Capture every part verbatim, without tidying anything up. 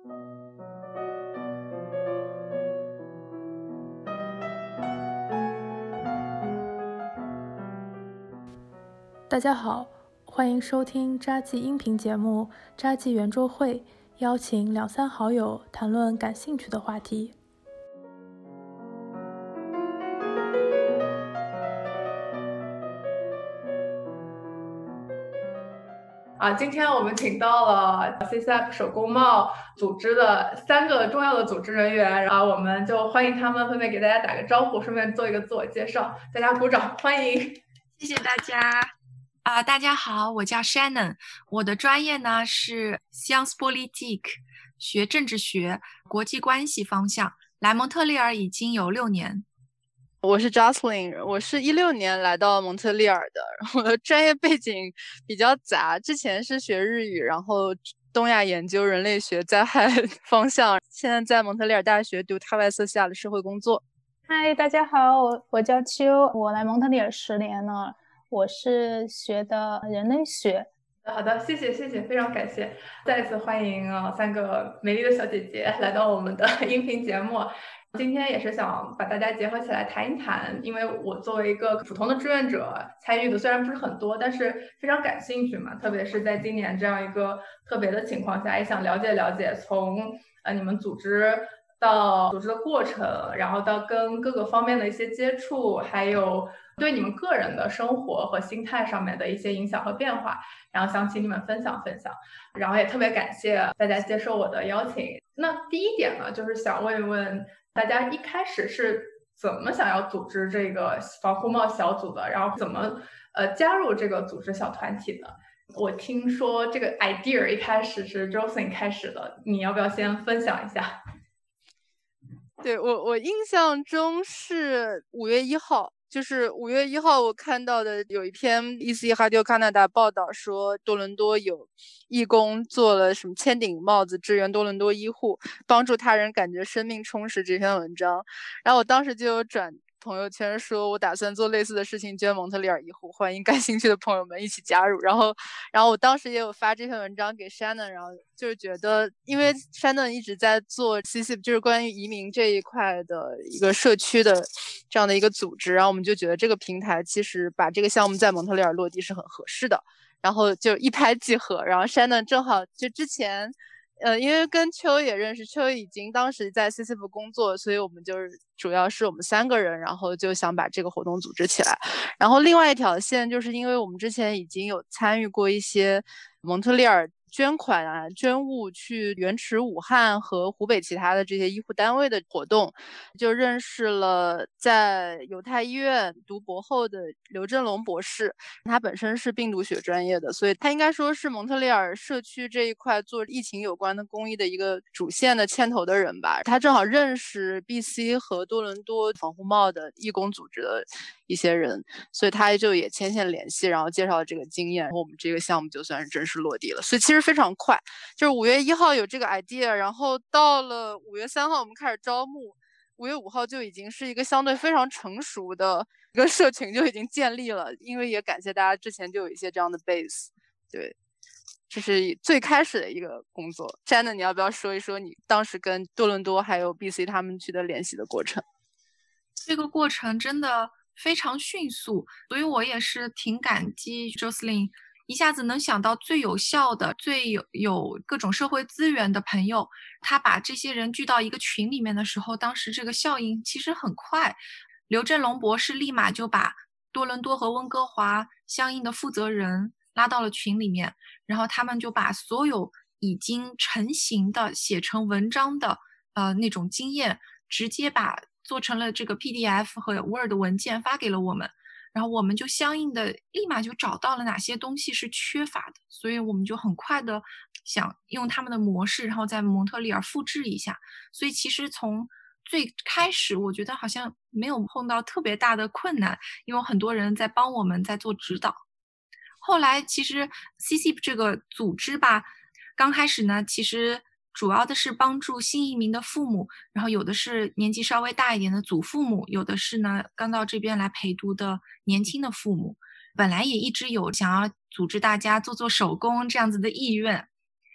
大家好，欢迎收听扎记音频节目扎记圆桌会，邀请两三好友谈论感兴趣的话题。 啊，今天我们请到了 C S A P 手工帽组织的三个重要的组织人员，然后我们就欢迎他们分别给大家打个招呼，顺便做一个自我介绍，大家鼓掌欢迎。 谢谢大家。啊、呃，大家好，我叫 Shannon， 我的专业呢是 Sciences Politiques， 学政治学、国际关系方向，来蒙特利尔已经有六年。 我是 Jocelyn， 我是一六年来到蒙特利尔的，我的专业背景比较杂，之前是学日语，然后东亚研究、人类学、灾害方向，现在在蒙特利尔大学读泰外瑟西亚的社会工作。 嗨，大家好，我我叫秋，我来蒙特利尔十年了，我是学的人类学。 好的，谢谢谢谢，非常感谢，再次欢迎啊三个美丽的小姐姐来到我们的音频节目。今天也是想把大家结合起来谈一谈，因为我作为一个普通的志愿者，参与的虽然不是很多，但是非常感兴趣嘛，特别是在今年这样一个特别的情况下，也想了解了解从呃你们组织到组织的过程，然后到跟各个方面的一些接触，还有对你们个人的生活和心态上面的一些影响和变化，然后想请你们分享分享，然后也特别感谢大家接受我的邀请。那第一点呢，就是想问一问大家一开始是怎么想要组织这个防护帽小组的，然后怎么呃加入这个组织小团体的？我听说这个 idea 一开始是 Jocelyn 开始的，你要不要先分享一下？ 对，我我印象中是五月一号，就是五月一号我看到的有一篇 E C Radio Canada 报道说多伦多有义工做了什么千顶帽子支援多伦多医护，帮助他人感觉生命充实这篇文章，然后我当时就有转朋友圈说我打算做类似的事情，捐蒙特利尔医护，欢迎感兴趣的朋友们一起加入。然后然后我当时也有发这篇文章给 Shannon， 然后就是觉得因为 Shannon 一直在做 C C， 就是关于移民这一块的一个社区的这样的一个组织，然后我们就觉得这个平台其实把这个项目在蒙特利尔落地是很合适的，然后就一拍即合。然后 Shannon 正好就之前呃，因为跟秋也认识，秋已经当时在 C C F 工作，所以我们就是主要是我们三个人，然后就想把这个活动组织起来。然后另外一条线就是因为我们之前已经有参与过一些蒙特利尔捐款啊、捐物去援持武汉和湖北其他的这些医护单位的活动，就认识了在犹太医院读博后的刘振龙博士，他本身是病毒学专业的，所以他应该说是蒙特利尔社区这一块做疫情有关的公益的一个主线的牵头的人吧。他正好认识 B C 和多伦多防护帽的义工组织的一些人，所以他就也牵线联系，然后介绍了这个经验，然后我们这个项目就算是正式落地了。所以其实非常快，就是五月一号有这个 idea， 然后到了五月三号我们开始招募，五月五号就已经是一个相对非常成熟的一个社群就已经建立了，因为也感谢大家之前就有一些这样的 base。 对，这是最开始的一个工作。 Shannon 你要不要说一说你当时跟多伦多还有 B C 他们取得联系的过程？ 这个过程真的非常迅速，所以我也是挺感激 Jocelyn一下子能想到最有效的、最有有各种社会资源的朋友，他把这些人聚到一个群里面的时候，当时这个效应其实很快。刘振龙博士立马就把多伦多和温哥华相应的负责人拉到了群里面，然后他们就把所有已经成型的写成文章的呃那种经验，直接把做成了这个 P D F 和 Word 文件发给了我们。然后我们就相应的立马就找到了哪些东西是缺乏的，所以我们就很快的想用他们的模式，然后在蒙特利尔复制一下。所以其实从最开始我觉得好像没有碰到特别大的困难，因为很多人在帮我们在做指导。后来其实 C C 这个组织吧，刚开始呢其实主要的是帮助新移民的父母，然后有的是年纪稍微大一点的祖父母，有的是呢刚到这边来陪读的年轻的父母。本来也一直有想要组织大家做做手工这样子的意愿，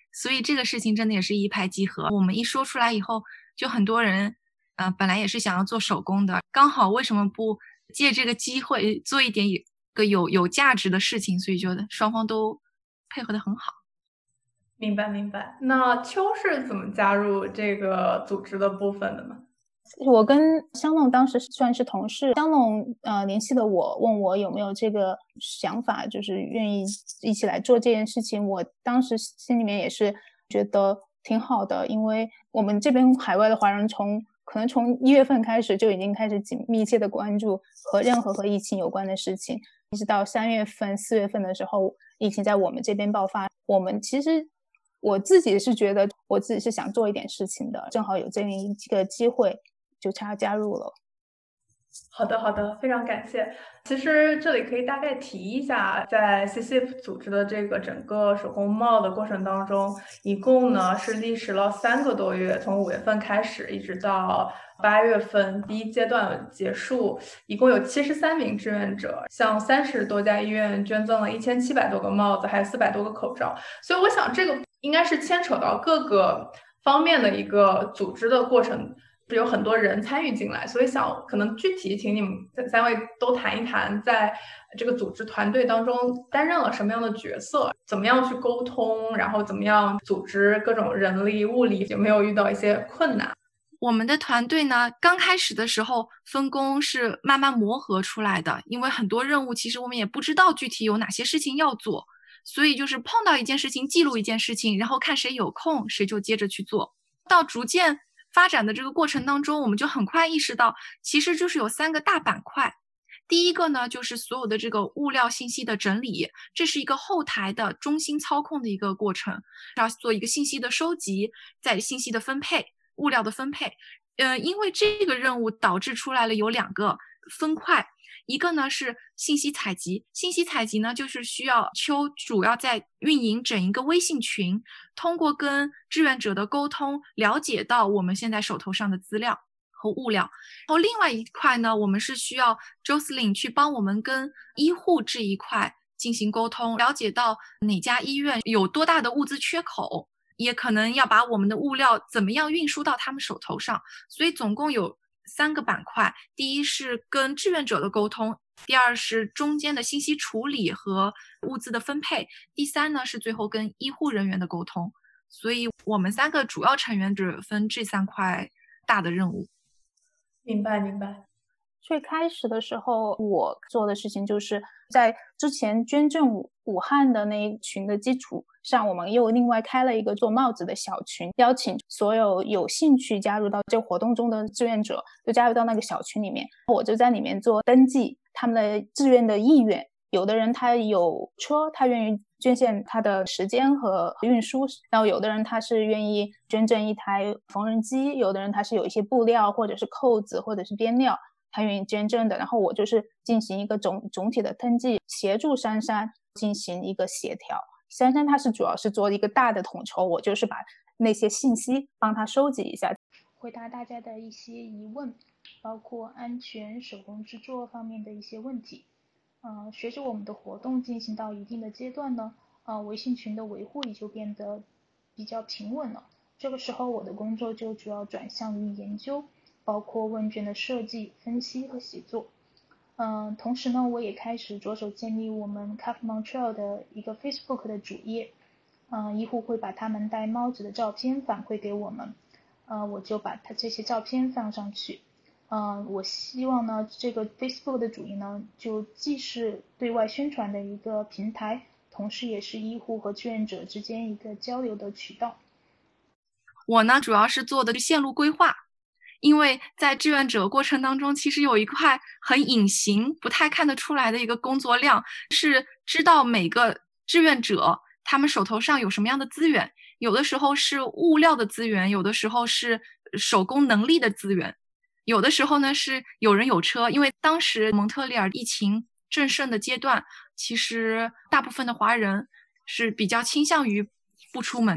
所以这个事情真的也是一拍即合。我们一说出来以后，就很多人呃，本来也是想要做手工的，刚好为什么不借这个机会做一点有个有有价值的事情，所以就双方都配合得很好。 明白明白。那秋是怎么加入这个组织的部分的呢？ 我跟香弄当时算是同事，香弄呃联系了我，问我有没有这个想法，就是愿意一起来做这件事情。我当时心里面也是觉得挺好的，因为我们这边海外的华人从可能从一月份开始就已经开始紧密切的关注和任何和疫情有关的事情，一直到三月份四月份的时候，疫情在我们这边爆发，我们其实我自己是觉得我自己是想做一点事情的，正好有这么一个机会就加加入了。 好的好的，非常感谢。其实这里可以大概提一下，在 C C F 组织的这个整个手工帽的过程当中，一共呢是历时了三个多月，从五月份开始一直到八月份第一阶段结束，一共有七十三名志愿者向三十多家医院捐赠了一千七百多个帽子，还有四百多个口罩。所以我想这个应该是牵扯到各个方面的一个组织的过程，是有很多人参与进来，所以想可能具体请你们三位都谈一谈，在这个组织团队当中担任了什么样的角色，怎么样去沟通，然后怎么样组织各种人力物力，有没有遇到一些困难？ 我们的团队呢，刚开始的时候分工是慢慢磨合出来的，因为很多任务其实我们也不知道具体有哪些事情要做，所以就是碰到一件事情记录一件事情，然后看谁有空谁就接着去做。到逐渐发展的这个过程当中，我们就很快意识到，其实就是有三个大板块。第一个呢，就是所有的这个物料信息的整理，这是一个后台的中心操控的一个过程，要做一个信息的收集，再信息的分配，物料的分配。呃，因为这个任务导致出来了有两个分块，一个呢是信息采集，信息采集呢就是需要秋主要在运营整一个微信群，通过跟志愿者的沟通，了解到我们现在手头上的资料和物料。然后另外一块呢，我们是需要 Jocelyn 去帮我们跟医护这一块进行沟通，了解到哪家医院有多大的物资缺口，也可能要把我们的物料怎么样运输到他们手头上。所以总共有三个板块，第一是跟志愿者的沟通，第二是中间的信息处理和物资的分配，第三呢是最后跟医护人员的沟通。所以我们三个主要成员只分这三块大的任务。 明白明白。 最开始的时候我做的事情就是在之前捐赠武汉的那一群的基础上，我们又另外开了一个做帽子的小群，邀请所有有兴趣加入到这个活动中的志愿者就加入到那个小群里面，我就在里面做登记他们的志愿的意愿。有的人他有车，他愿意捐献他的时间和运输，然后有的人他是愿意捐赠一台缝纫机，有的人他是有一些布料或者是扣子或者是边料他愿意捐赠的，然后我就是进行一个总总体的登记，协助珊珊进行一个协调。珊珊她是主要是做一个大的统筹，我就是把那些信息帮她收集一下， 回答大家的一些疑问，包括安全、手工制作方面的一些问题。呃，随着我们的活动进行到一定的阶段呢，呃，微信群的维护也就变得比较平稳了。这个时候我的工作就主要转向于研究，包括问卷的设计、分析和写作。嗯、呃，同时呢，我也开始着手建立我们 C A F Montreal 的一个 Facebook 的主页。嗯、呃，医护会把他们戴帽子的照片反馈给我们，呃，我就把它这些照片放上去。嗯、呃，我希望呢，这个 Facebook 的主页呢，就既是对外宣传的一个平台，同时也是医护和志愿者之间一个交流的渠道。 我呢，主要是做的是线路规划，因为在志愿者过程当中，其实有一块很隐形、不太看得出来的一个工作量，是知道每个志愿者他们手头上有什么样的资源，有的时候是物料的资源，有的时候是手工能力的资源，有的时候呢是有人有车，因为当时蒙特利尔疫情正盛的阶段，其实大部分的华人是比较倾向于不出门的。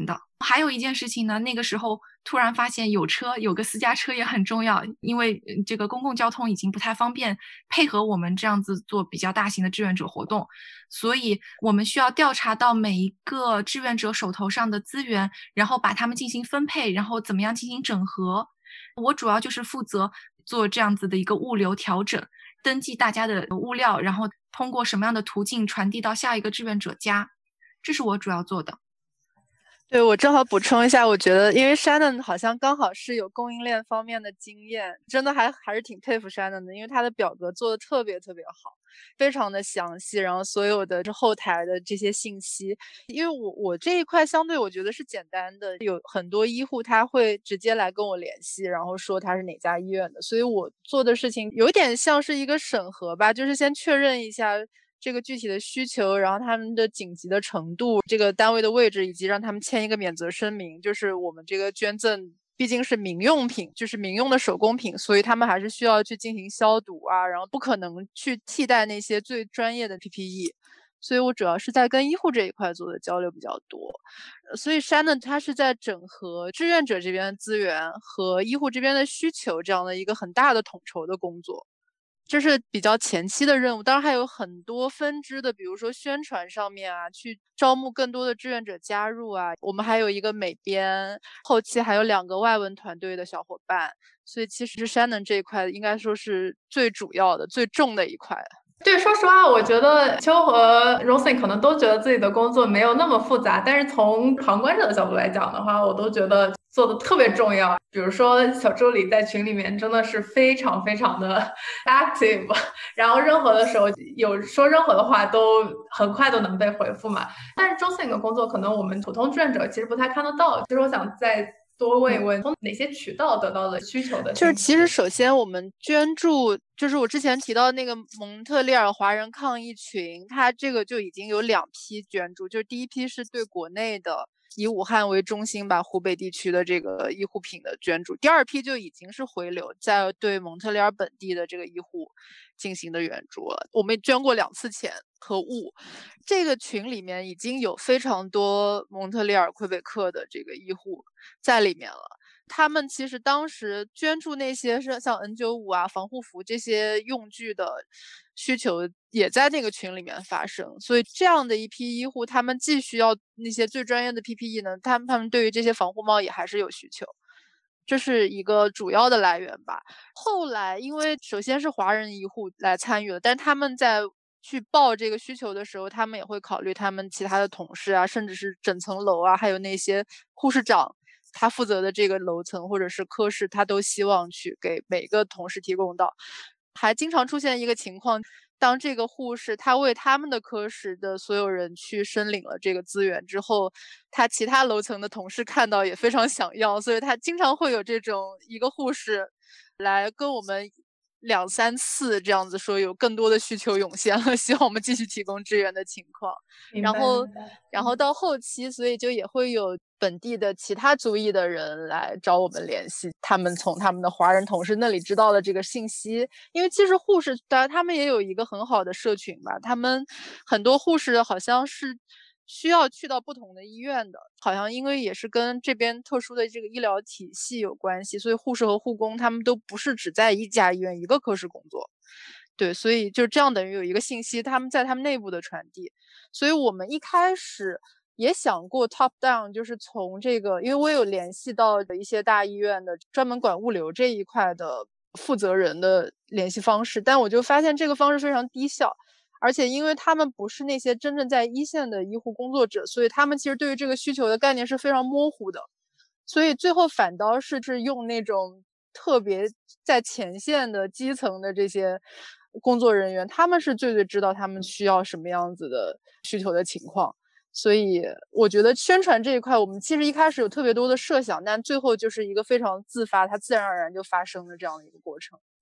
还有一件事情呢，那个时候突然发现有车，有个私家车也很重要，因为这个公共交通已经不太方便配合我们这样子做比较大型的志愿者活动，所以我们需要调查到每一个志愿者手头上的资源，然后把它们进行分配，然后怎么样进行整合。我主要就是负责做这样子的一个物流调整，登记大家的物料，然后通过什么样的途径传递到下一个志愿者家，这是我主要做的。 对，我正好补充一下，我觉得因为 Shannon 好像刚好是有供应链方面的经验，真的还还是挺佩服 Shannon 的，因为他的表格做的特别特别好，非常的详细，然后所有的后台的这些信息，因为我我这一块相对我觉得是简单的，有很多医护他会直接来跟我联系，然后说他是哪家医院的，所以我做的事情有点像是一个审核吧，就是先确认一下这个具体的需求，然后他们的紧急的程度，这个单位的位置，以及让他们签一个免责声明，就是我们这个捐赠毕竟是民用品，就是民用的手工品，所以他们还是需要去进行消毒啊，然后不可能去替代那些最专业的 P P E。所以我主要是在跟医护这一块做的交流比较多，所以 Shannon 他是在整合志愿者这边的资源和医护这边的需求这样的一个很大的统筹的工作。这是比较前期的任务，当然还有很多分支的，比如说宣传上面啊，去招募更多的志愿者加入啊。我们还有一个美编，后期还有两个外文团队的小伙伴，所以其实 Shannon 这一块应该说是最主要的、最重的一块。 对，说实话，我觉得秋和 Rosin 可能都觉得自己的工作没有那么复杂，但是从旁观者的角度来讲的话，我都觉得做的特别重要。比如说小助理在群里面真的是非常非常的 active， 然后任何的时候有说任何的话都很快都能被回复嘛。但是 Rosin 的工作可能我们普通志愿者其实不太看得到。其实我想再多问一问，从哪些渠道得到的需求的？ 就是其实首先我们捐助，就是我之前提到那个蒙特利尔华人抗疫群，它这个就已经有两批捐助，就是第一批是对国内的以武汉为中心吧，湖北地区的这个医护品的捐助，第二批就已经是回流，在对蒙特利尔本地的这个医护进行的援助了。我们捐过两次钱和物，这个群里面已经有非常多蒙特利尔、魁北克的这个医护在里面了。他们其实当时捐助那些是像 N 九十五 啊、防护服这些用具的需求也在那个群里面发生，所以这样的一批医护，他们既需要那些最专业的 P P E 呢，他们他们对于这些防护帽也还是有需求。这是一个主要的来源吧。后来因为首先是华人医护来参与了，但他们在去报这个需求的时候，他们也会考虑他们其他的同事啊，甚至是整层楼啊，还有那些护士长他负责的这个楼层或者是科室，他都希望去给每个同事提供到。还经常出现一个情况，当这个护士他为他们的科室的所有人去申领了这个资源之后，他其他楼层的同事看到也非常想要，所以他经常会有这种一个护士来跟我们两三次这样子说有更多的需求涌现了，希望我们继续提供支援的情况。然后然后到后期，所以就也会有本地的其他族裔的人来找我们联系，他们从他们的华人同事那里知道了这个信息。因为其实护士当然他们也有一个很好的社群吧，他们很多护士好像是需要去到不同的医院的，好像因为也是跟这边特殊的这个医疗体系有关系，所以护士和护工他们都不是只在一家医院一个科室工作。对，所以就这样等于有一个信息他们在他们内部的传递。所以我们一开始也想过 top down， 就是从这个，因为我有联系到一些大医院的专门管物流这一块的负责人的联系方式，但我就发现这个方式非常低效，而且因为他们不是那些真正在一线的医护工作者，所以他们其实对于这个需求的概念是非常模糊的，所以最后反倒是是用那种特别在前线的基层的这些工作人员，他们是最最知道他们需要什么样子的需求的情况。所以我觉得宣传这一块我们其实一开始有特别多的设想，但最后就是一个非常自发，它自然而然就发生的这样的一个过程。嗯，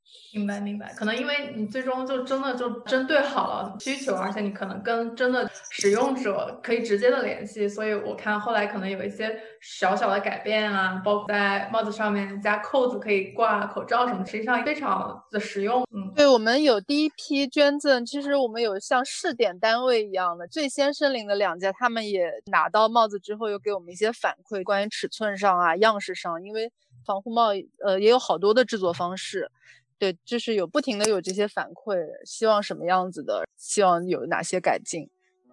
明白明白，可能因为你最终就真的就针对好了需求，而且你可能跟真的使用者可以直接的联系，所以我看后来可能有一些小小的改变啊，包括在帽子上面加扣子可以挂口罩什么，实际上非常的实用。嗯， 对，我们有第一批捐赠，其实我们有像试点单位一样的，最先申领的两家，他们也拿到帽子之后，又给我们一些反馈，关于尺寸上啊、样式上，因为防护帽呃也有好多的制作方式。对，就是有不停的有这些反馈，希望什么样子的，希望有哪些改进。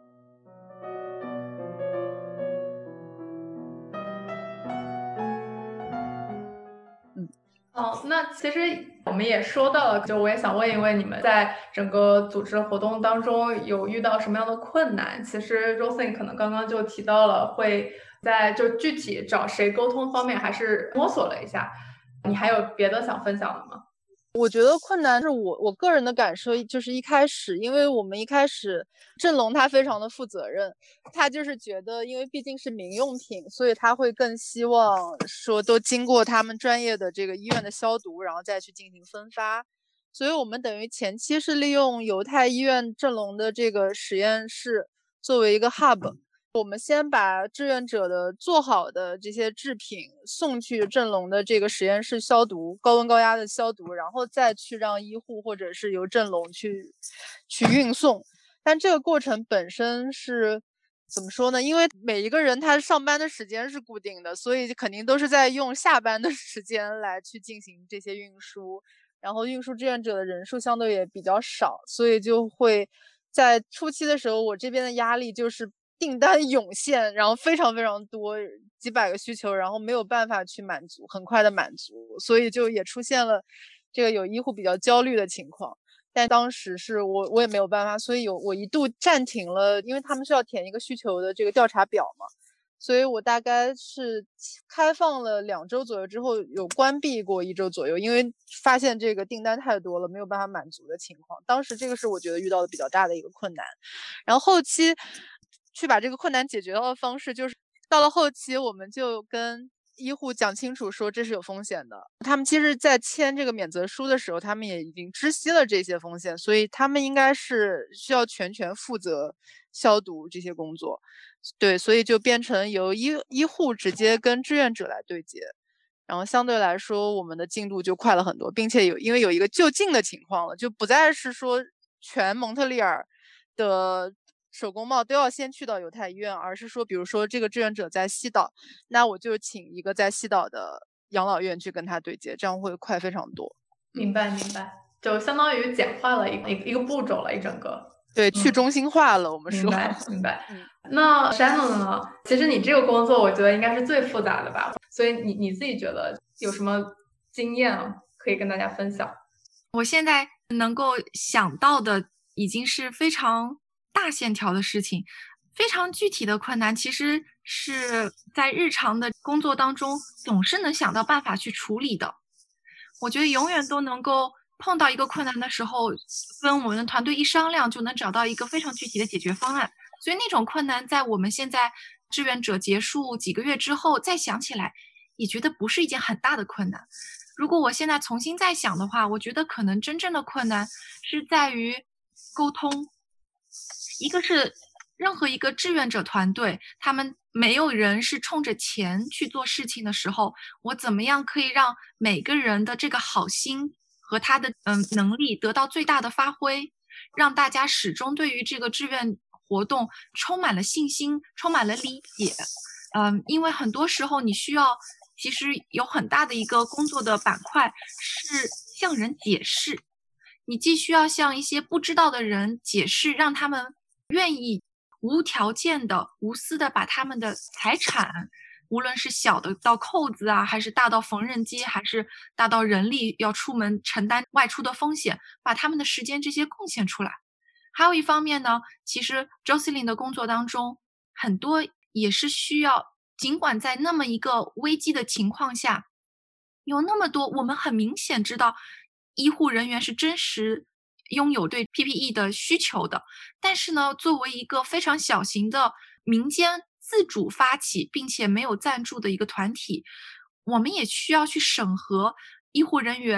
嗯，哦，那其实我们也说到了，就我也想问一问你们在整个组织活动当中有遇到什么样的困难？其实 Roslyn 可能刚刚就提到了，会在就具体找谁沟通方面还是摸索了一下。你还有别的想分享的吗？ 我觉得困难是我我个人的感受，就是一开始，因为我们一开始振龙他非常的负责任，他就是觉得，因为毕竟是民用品，所以他会更希望说都经过他们专业的这个医院的消毒，然后再去进行分发。所以我们等于前期是利用犹太医院振龙的这个实验室作为一个 hub。我们先把志愿者的做好的这些制品送去振龙的这个实验室消毒，高温高压的消毒，然后再去让医护或者是由振龙去去运送。但这个过程本身是怎么说呢？因为每一个人他上班的时间是固定的，所以肯定都是在用下班的时间来去进行这些运输，然后运输志愿者的人数相对也比较少，所以就会在初期的时候，我这边的压力就是订单涌现，然后非常非常多，几百个需求，然后没有办法去满足，很快的满足，所以就也出现了这个有医护比较焦虑的情况。但当时是我我也没有办法，所以有我一度暂停了，因为他们需要填一个需求的这个调查表嘛，所以我大概是开放了两周左右之后，有关闭过一周左右，因为发现这个订单太多了，没有办法满足的情况。当时这个是我觉得遇到的比较大的一个困难，然后后期去把这个困难解决到的方式，就是到了后期我们就跟医护讲清楚说这是有风险的。他们其实在签这个免责书的时候，他们也已经知悉了这些风险，所以他们应该是需要全权负责消毒这些工作。对，所以就变成由医医护直接跟志愿者来对接，然后相对来说我们的进度就快了很多，并且有因为有一个就近的情况了，就不再是说全蒙特利尔的手工帽都要先去到犹太医院，而是说比如说这个志愿者在西岛，那我就请一个在西岛的养老院去跟他对接，这样会快非常多。 明白明白，就相当于简化了一个一个步骤了一整个。 对，去中心化了，嗯、我们说。 明白明白。那 Shannon 呢？其实你这个工作我觉得应该是最复杂的吧，所以你你自己觉得有什么经验可以跟大家分享？ 我现在能够想到的已经是非常大线条的事情，非常具体的困难其实是在日常的工作当中总是能想到办法去处理的。我觉得永远都能够碰到一个困难的时候，跟我们的团队一商量，就能找到一个非常具体的解决方案。所以那种困难在我们现在志愿者结束几个月之后再想起来，也觉得不是一件很大的困难。如果我现在重新再想的话，我觉得可能真正的困难是在于沟通。一个是任何一个志愿者团队，他们没有人是冲着钱去做事情的时候，我怎么样可以让每个人的这个好心和他的嗯能力得到最大的发挥，让大家始终对于这个志愿活动充满了信心，充满了理解。嗯，因为很多时候你需要，其实有很大的一个工作的板块是向人解释，你既需要向一些不知道的人解释，让他们愿意无条件的、无私的把他们的财产，无论是小的到扣子啊，还是大到缝纫机，还是大到人力要出门承担外出的风险，把他们的时间这些贡献出来。还有一方面呢，其实 Jocelyn 的工作当中，很多也是需要，尽管在那么一个危机的情况下，有那么多我们很明显知道医护人员是真实拥有对 P P E 的需求的，但是呢，作为一个非常小型的民间自主发起并且没有赞助的一个团体，我们也需要去审核医护人员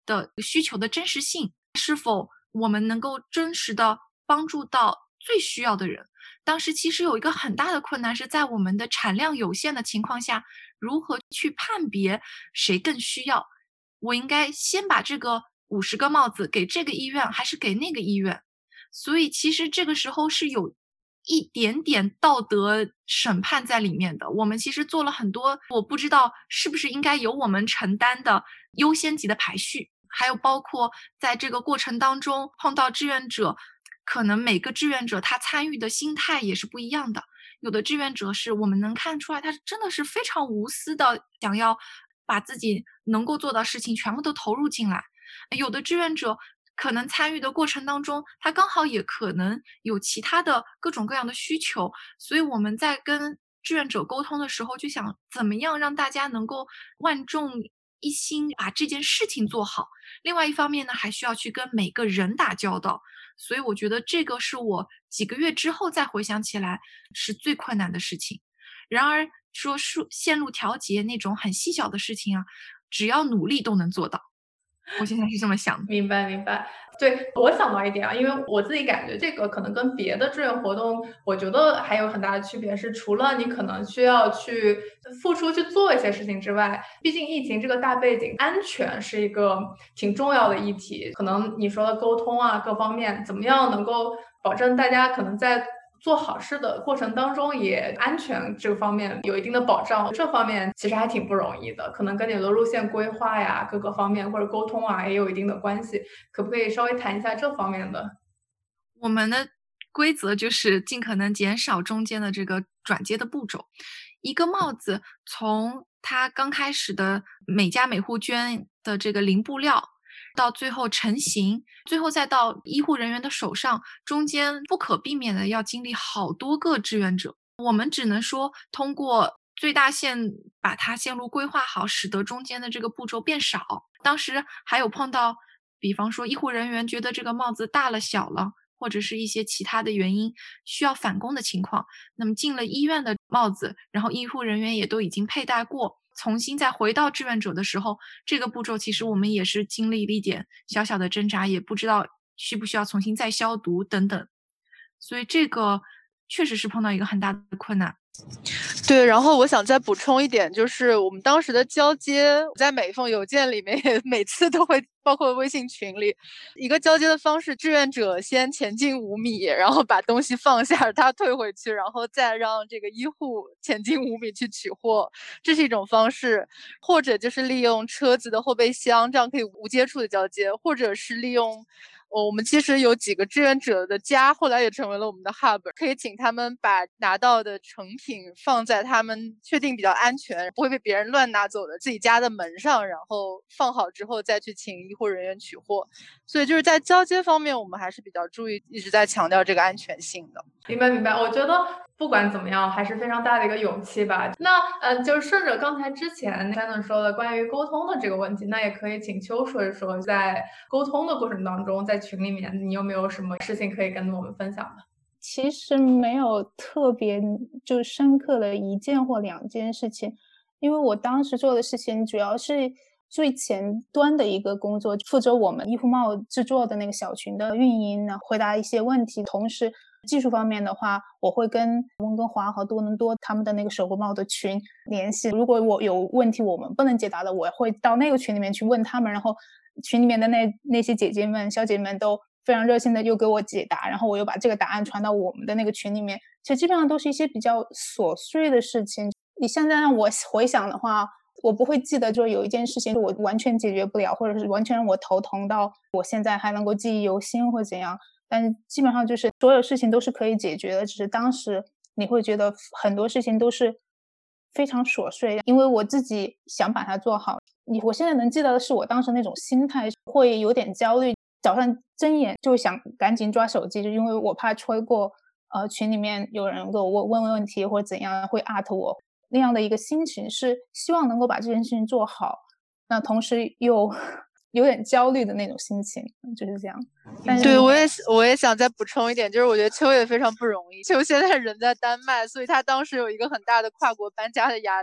的需求的真实性，是否我们能够真实的帮助到最需要的人。当时其实有一个很大的困难是在我们的产量有限的情况下，如何去判别谁更需要，我应该先把这个五十个帽子给这个医院还是给那个医院。所以其实这个时候是有一点点道德审判在里面的。我们其实做了很多我不知道是不是应该由我们承担的优先级的排序，还有包括在这个过程当中碰到志愿者，可能每个志愿者他参与的心态也是不一样的。有的志愿者是我们能看出来他真的是非常无私的想要把自己能够做到事情全部都投入进来，有的志愿者可能参与的过程当中他刚好也可能有其他的各种各样的需求，所以我们在跟志愿者沟通的时候就想怎么样让大家能够万众一心把这件事情做好。另外一方面呢，还需要去跟每个人打交道，所以我觉得这个是我几个月之后再回想起来是最困难的事情。然而说线路调节那种很细小的事情啊，只要努力都能做到。我现在是这么想的。 明白明白。对，我想到一点啊，因为我自己感觉这个可能跟别的志愿活动我觉得还有很大的区别，是除了你可能需要去付出去做一些事情之外，毕竟疫情这个大背景，安全是一个挺重要的议题。可能你说的沟通啊各方面怎么样能够保证大家可能在做好事的过程当中也安全这个方面有一定的保障，这方面其实还挺不容易的，可能跟你的路线规划呀各个方面或者沟通啊也有一定的关系。可不可以稍微谈一下这方面的？ 我们的规则就是尽可能减少中间的这个转接的步骤。一个帽子从它刚开始的每家每户捐的这个零布料，到最后成型，最后再到医护人员的手上，中间不可避免的要经历好多个志愿者。我们只能说通过最大限把它线路规划好，使得中间的这个步骤变少。当时还有碰到比方说医护人员觉得这个帽子大了小了，或者是一些其他的原因需要返工的情况，那么进了医院的帽子，然后医护人员也都已经佩戴过，重新再回到志愿者的时候，这个步骤其实我们也是经历了一点小小的挣扎，也不知道需不需要重新再消毒等等，所以这个确实是碰到一个很大的困难。 对，然后我想再补充一点，就是我们当时的交接，在每一封邮件里面也每次都会包括微信群里，一个交接的方式，志愿者先前进五米，然后把东西放下，他退回去，然后再让这个医护前进五米去取货，这是一种方式。或者就是利用车子的后备箱，这样可以无接触的交接，或者是利用我们其实有几个志愿者的家后来也成为了我们的 hub， 可以请他们把拿到的成品放在他们确定比较安全不会被别人乱拿走的自己家的门上，然后放好之后再去请医护人员取货。所以就是在交接方面我们还是比较注意，一直在强调这个安全性的。 明白明白，我觉得不管怎么样还是非常大的一个勇气吧。那呃，就是顺着刚才之前三顿说的关于沟通的这个问题，那也可以请秋说一说，在沟通的过程当中，在群里面你有没有什么事情可以跟我们分享的？ 其实没有特别就深刻的一件或两件事情，因为我当时做的事情主要是最前端的一个工作，负责我们医护帽制作的那个小群的运营呢，回答一些问题。同时技术方面的话，我会跟温哥华和多伦多他们的那个守护帽的群联系，如果我有问题我们不能解答的，我会到那个群里面去问他们，然后群里面的那那些姐姐们小姐姐们都非常热心的又给我解答，然后我又把这个答案传到我们的那个群里面。其实基本上都是一些比较琐碎的事情，你现在让我回想的话，我不会记得就是有一件事情我完全解决不了，或者是完全让我头疼到我现在还能够记忆犹新或怎样，但是基本上就是所有事情都是可以解决的，只是当时你会觉得很多事情都是非常琐碎，因为我自己想把它做好。你我现在能记得的是我当时那种心态，会有点焦虑，早上睁眼就想赶紧抓手机，就因为我怕吹过呃群里面有人给我问问问题或者怎样会 at 我，那样的一个心情是希望能够把这件事情做好，那同时又有点焦虑的那种心情，就是这样。但是对，我也我也想再补充一点，就是我觉得秋也非常不容易，秋现在人在丹麦，所以他当时有一个很大的跨国搬家的压力。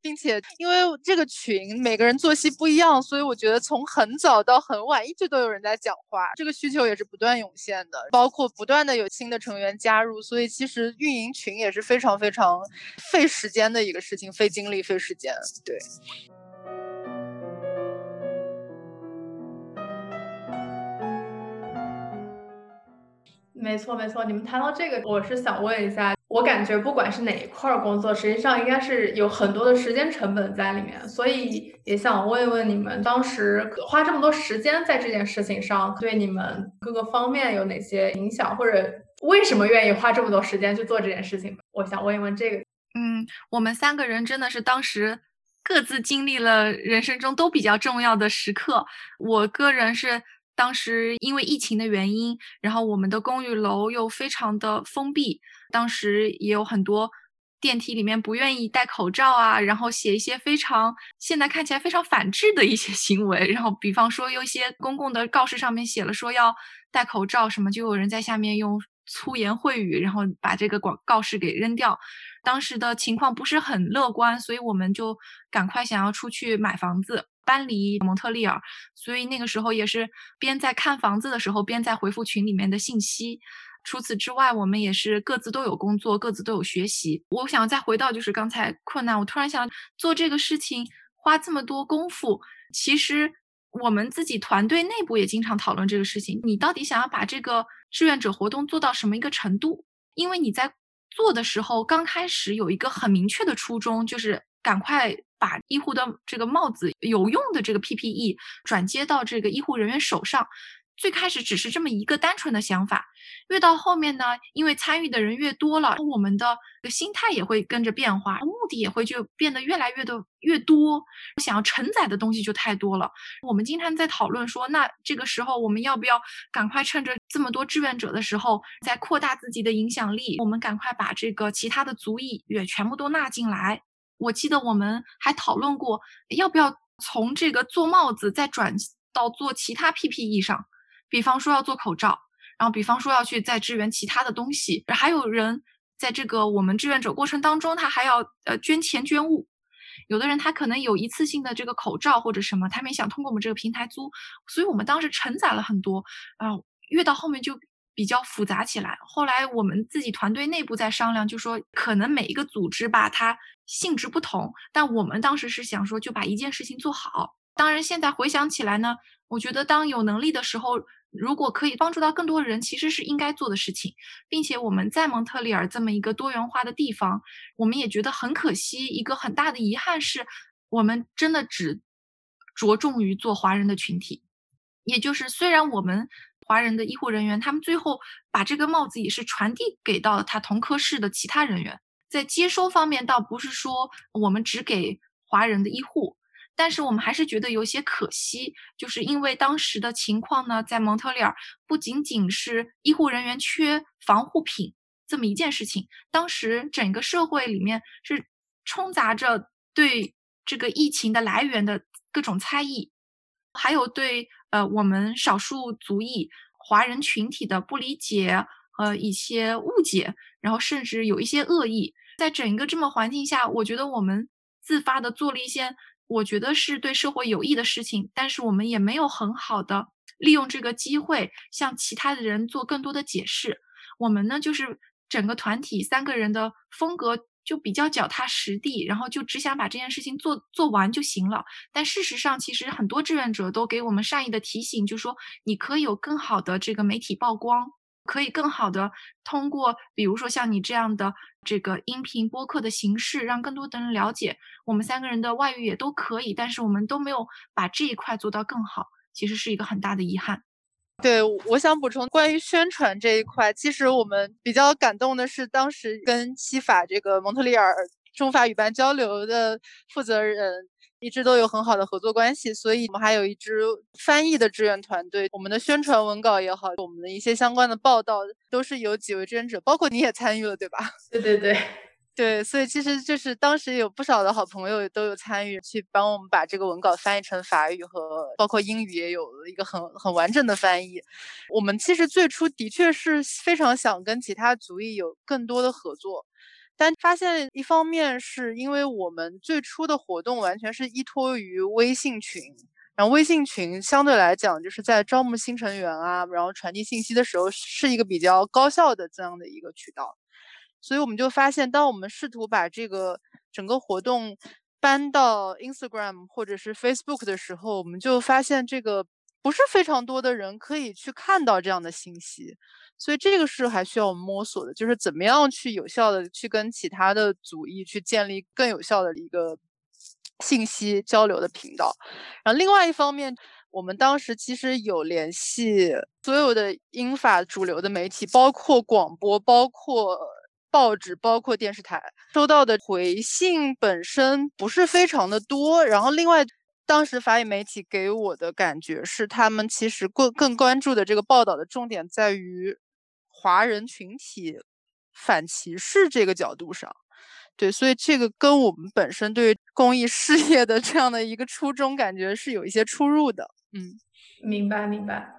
并且因为这个群每个人作息不一样，所以我觉得从很早到很晚一直都有人在讲话，这个需求也是不断涌现的，包括不断的有新的成员加入，所以其实运营群也是非常非常费时间的一个事情，费精力费时间。对。 没错没错，你们谈到这个，我是想问一下，我感觉不管是哪一块工作，实际上应该是有很多的时间成本在里面，所以也想问一问你们，当时花这么多时间在这件事情上，对你们各个方面有哪些影响，或者为什么愿意花这么多时间去做这件事情？我想问一问这个。 嗯，我们三个人真的是当时各自经历了人生中都比较重要的时刻。我个人是当时因为疫情的原因，然后我们的公寓楼又非常的封闭，当时也有很多电梯里面不愿意戴口罩啊，然后写一些非常现在看起来非常反智的一些行为，然后比方说有一些公共的告示上面写了说要戴口罩什么，就有人在下面用粗言秽语，然后把这个广告示给扔掉。当时的情况不是很乐观，所以我们就赶快想要出去买房子，搬离蒙特利尔。所以那个时候也是边在看房子的时候，边在回复群里面的信息。除此之外，我们也是各自都有工作，各自都有学习。我想再回到就是刚才困难，我突然想做这个事情花这么多功夫，其实我们自己团队内部也经常讨论这个事情，你到底想要把这个志愿者活动做到什么一个程度？因为你在做的时候刚开始有一个很明确的初衷，就是赶快把医护的这个帽子有用的这个 P P E 转接到这个医护人员手上。最开始只是这么一个单纯的想法，越到后面呢，因为参与的人越多了，我们的心态也会跟着变化，目的也会就变得越来越的越多，想要承载的东西就太多了。我们经常在讨论说，那这个时候我们要不要赶快趁着这么多志愿者的时候，再扩大自己的影响力，我们赶快把这个其他的族裔也全部都纳进来。我记得我们还讨论过，要不要从这个做帽子再转到做其他 P P E 上，比方说要做口罩，然后比方说要去再支援其他的东西，还有人在这个我们志愿者过程当中，他还要呃捐钱捐物。有的人他可能有一次性的这个口罩或者什么，他们也想通过我们这个平台租，所以我们当时承载了很多，呃，越到后面就比较复杂起来。后来我们自己团队内部在商量，就说可能每一个组织吧，它性质不同，但我们当时是想说就把一件事情做好。当然现在回想起来呢，我觉得当有能力的时候，如果可以帮助到更多人，其实是应该做的事情。并且我们在蒙特利尔这么一个多元化的地方，我们也觉得很可惜，一个很大的遗憾是我们真的只着重于做华人的群体。也就是虽然我们华人的医护人员，他们最后把这个帽子也是传递给到了他同科室的其他人员，在接收方面倒不是说我们只给华人的医护，但是我们还是觉得有些可惜，就是因为当时的情况呢，在蒙特利尔不仅仅是医护人员缺防护品这么一件事情，当时整个社会里面是充杂着对这个疫情的来源的各种猜疑，还有对呃我们少数族裔华人群体的不理解和一些误解，然后甚至有一些恶意。在整一个这么环境下，我觉得我们自发的做了一些我觉得是对社会有益的事情，但是我们也没有很好的利用这个机会向其他的人做更多的解释。我们呢就是整个团体三个人的风格就比较脚踏实地，然后就只想把这件事情做做完就行了。但事实上其实很多志愿者都给我们善意的提醒，就说你可以有更好的这个媒体曝光，可以更好的通过比如说像你这样的这个音频播客的形式，让更多的人了解。我们三个人的外语也都可以，但是我们都没有把这一块做到更好，其实是一个很大的遗憾。 对，我想补充关于宣传这一块，其实我们比较感动的是，当时跟西法这个蒙特利尔中法语班交流的负责人一直都有很好的合作关系，所以我们还有一支翻译的志愿团队，我们的宣传文稿也好，我们的一些相关的报道都是有几位志愿者，包括你也参与了，对吧？ 对对对。 对，所以其实就是当时有不少的好朋友都有参与，去帮我们把这个文稿翻译成法语和包括英语也有一个很很完整的翻译。我们其实最初的确是非常想跟其他族裔有更多的合作， 但发现一方面是因为我们最初的活动完全是依托于微信群，然后微信群相对来讲就是在招募新成员啊，然后传递信息的时候是一个比较高效的这样的一个渠道。所以我们就发现，当我们试图把这个整个活动搬到 Instagram 或者是 Facebook 的时候，我们就发现这个不是非常多的人可以去看到这样的信息。所以这个是还需要我们摸索的，就是怎么样去有效的去跟其他的组艺去建立更有效的一个信息交流的频道。然后另外一方面，我们当时其实有联系所有的英法主流的媒体，包括广播，包括报纸，包括电视台，收到的回信本身不是非常的多。然后另外当时法语媒体给我的感觉是，他们其实更更关注的这个报道的重点在于华人群体反歧视这个角度上。对，所以这个跟我们本身对公益事业的这样的一个初衷感觉是有一些出入的。嗯， 明白明白。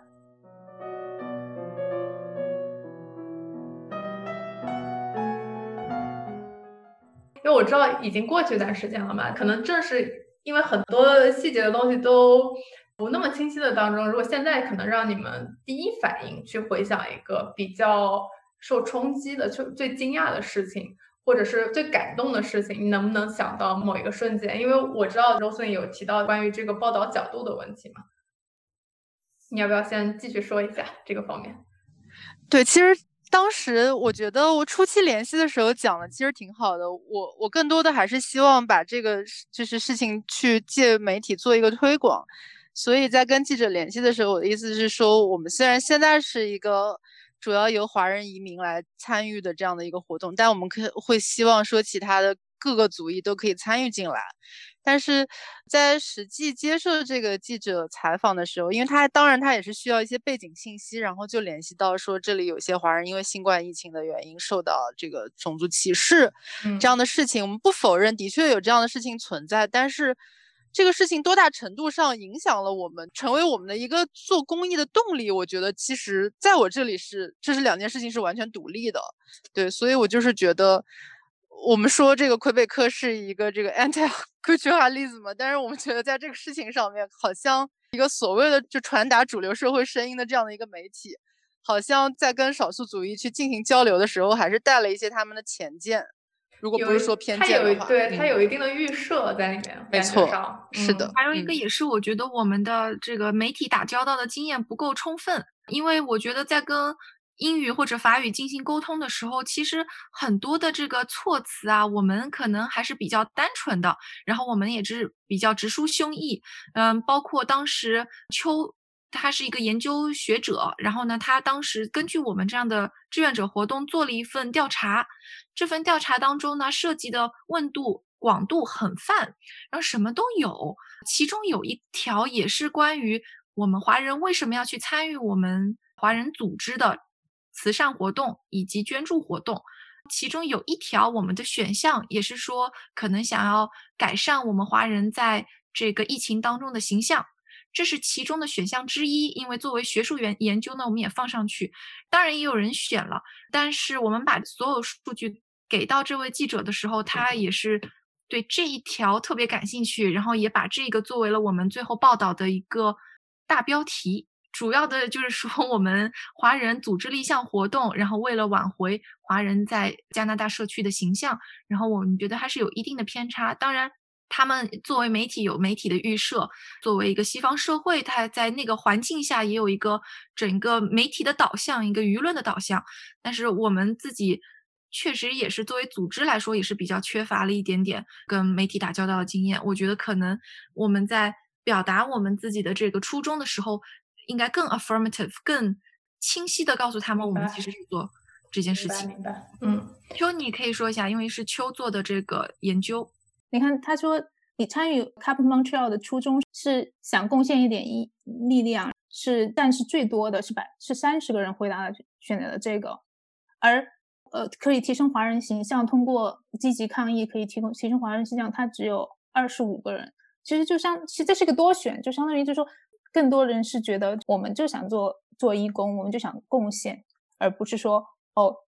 因为我知道已经过去一段时间了嘛，可能正是因为很多细节的东西都不那么清晰的当中，如果现在可能让你们第一反应去回想一个比较受冲击的、就最惊讶的事情，或者是最感动的事情，你能不能想到某一个瞬间？因为我知道Roslyn有提到关于这个报道角度的问题嘛，你要不要先继续说一下这个方面？ 对，其实当时我觉得我初期联系的时候讲的其实挺好的，我我更多的还是希望把这个就是事情去借媒体做一个推广。所以在跟记者联系的时候，我的意思是说，我们虽然现在是一个主要由华人移民来参与的这样的一个活动，但我们可会希望说其他的各个组艺都可以参与进来。但是在实际接受这个记者采访的时候，因为他当然他也是需要一些背景信息，然后就联系到说这里有些华人因为新冠疫情的原因受到这个种族歧视这样的事情。嗯，我们不否认的确有这样的事情存在，但是这个事情多大程度上影响了我们成为我们的一个做公益的动力，我觉得其实在我这里是这是两件事情是完全独立的。对，所以我就是觉得我们说这个魁北克是一个这个 anti-culturalism， 但是我们觉得在这个事情上面，好像一个所谓的就传达主流社会声音的这样的一个媒体，好像在跟少数主义去进行交流的时候，还是带了一些他们的前见，如果不是说偏见的话， 对，它有一嗯， 定的预设在里面， 没错，是的。 嗯， 还有一个也是我觉得我们的这个媒体打交道的经验不够充分，因为我觉得在跟英语或者法语进行沟通的时候，其实很多的这个措辞啊，我们可能还是比较单纯的，然后我们也是比较直抒胸臆。嗯，包括当时邱他是一个研究学者，然后呢，他当时根据我们这样的志愿者活动做了一份调查，这份调查当中呢，涉及的问度广度很泛，然后什么都有。其中有一条也是关于我们华人为什么要去参与我们华人组织的慈善活动以及捐助活动。其中有一条我们的选项也是说，可能想要改善我们华人在这个疫情当中的形象。这是其中的选项之一，因为作为学术研研究呢，我们也放上去。当然也有人选了，但是我们把所有数据给到这位记者的时候，他也是对这一条特别感兴趣，然后也把这个作为了我们最后报道的一个大标题。主要的就是说我们华人组织了一项活动，然后为了挽回华人在加拿大社区的形象，然后我们觉得还是有一定的偏差。当然他们作为媒体有媒体的预设，作为一个西方社会，它在那个环境下也有一个整个媒体的导向，一个舆论的导向。但是我们自己确实也是作为组织来说，也是比较缺乏了一点点跟媒体打交道的经验。我觉得可能我们在表达我们自己的这个初衷的时候，应该更 affirmative， 更清晰的告诉他们我们其实是做这件事情。 明白，明白。嗯， 邱你可以说一下，因为是邱做的这个研究。 你看他说你参与 Cap Montreal 的初衷是想贡献一点力量，是但是最多的是百是三十个人回答了选择了这个，而呃可以提升华人形象，通过积极抗议可以提供提升华人形象，它只有二十五个人。其实就相其实这是个多选，就相当于就是说更多人是觉得我们就想做做义工，我们就想贡献，而不是说哦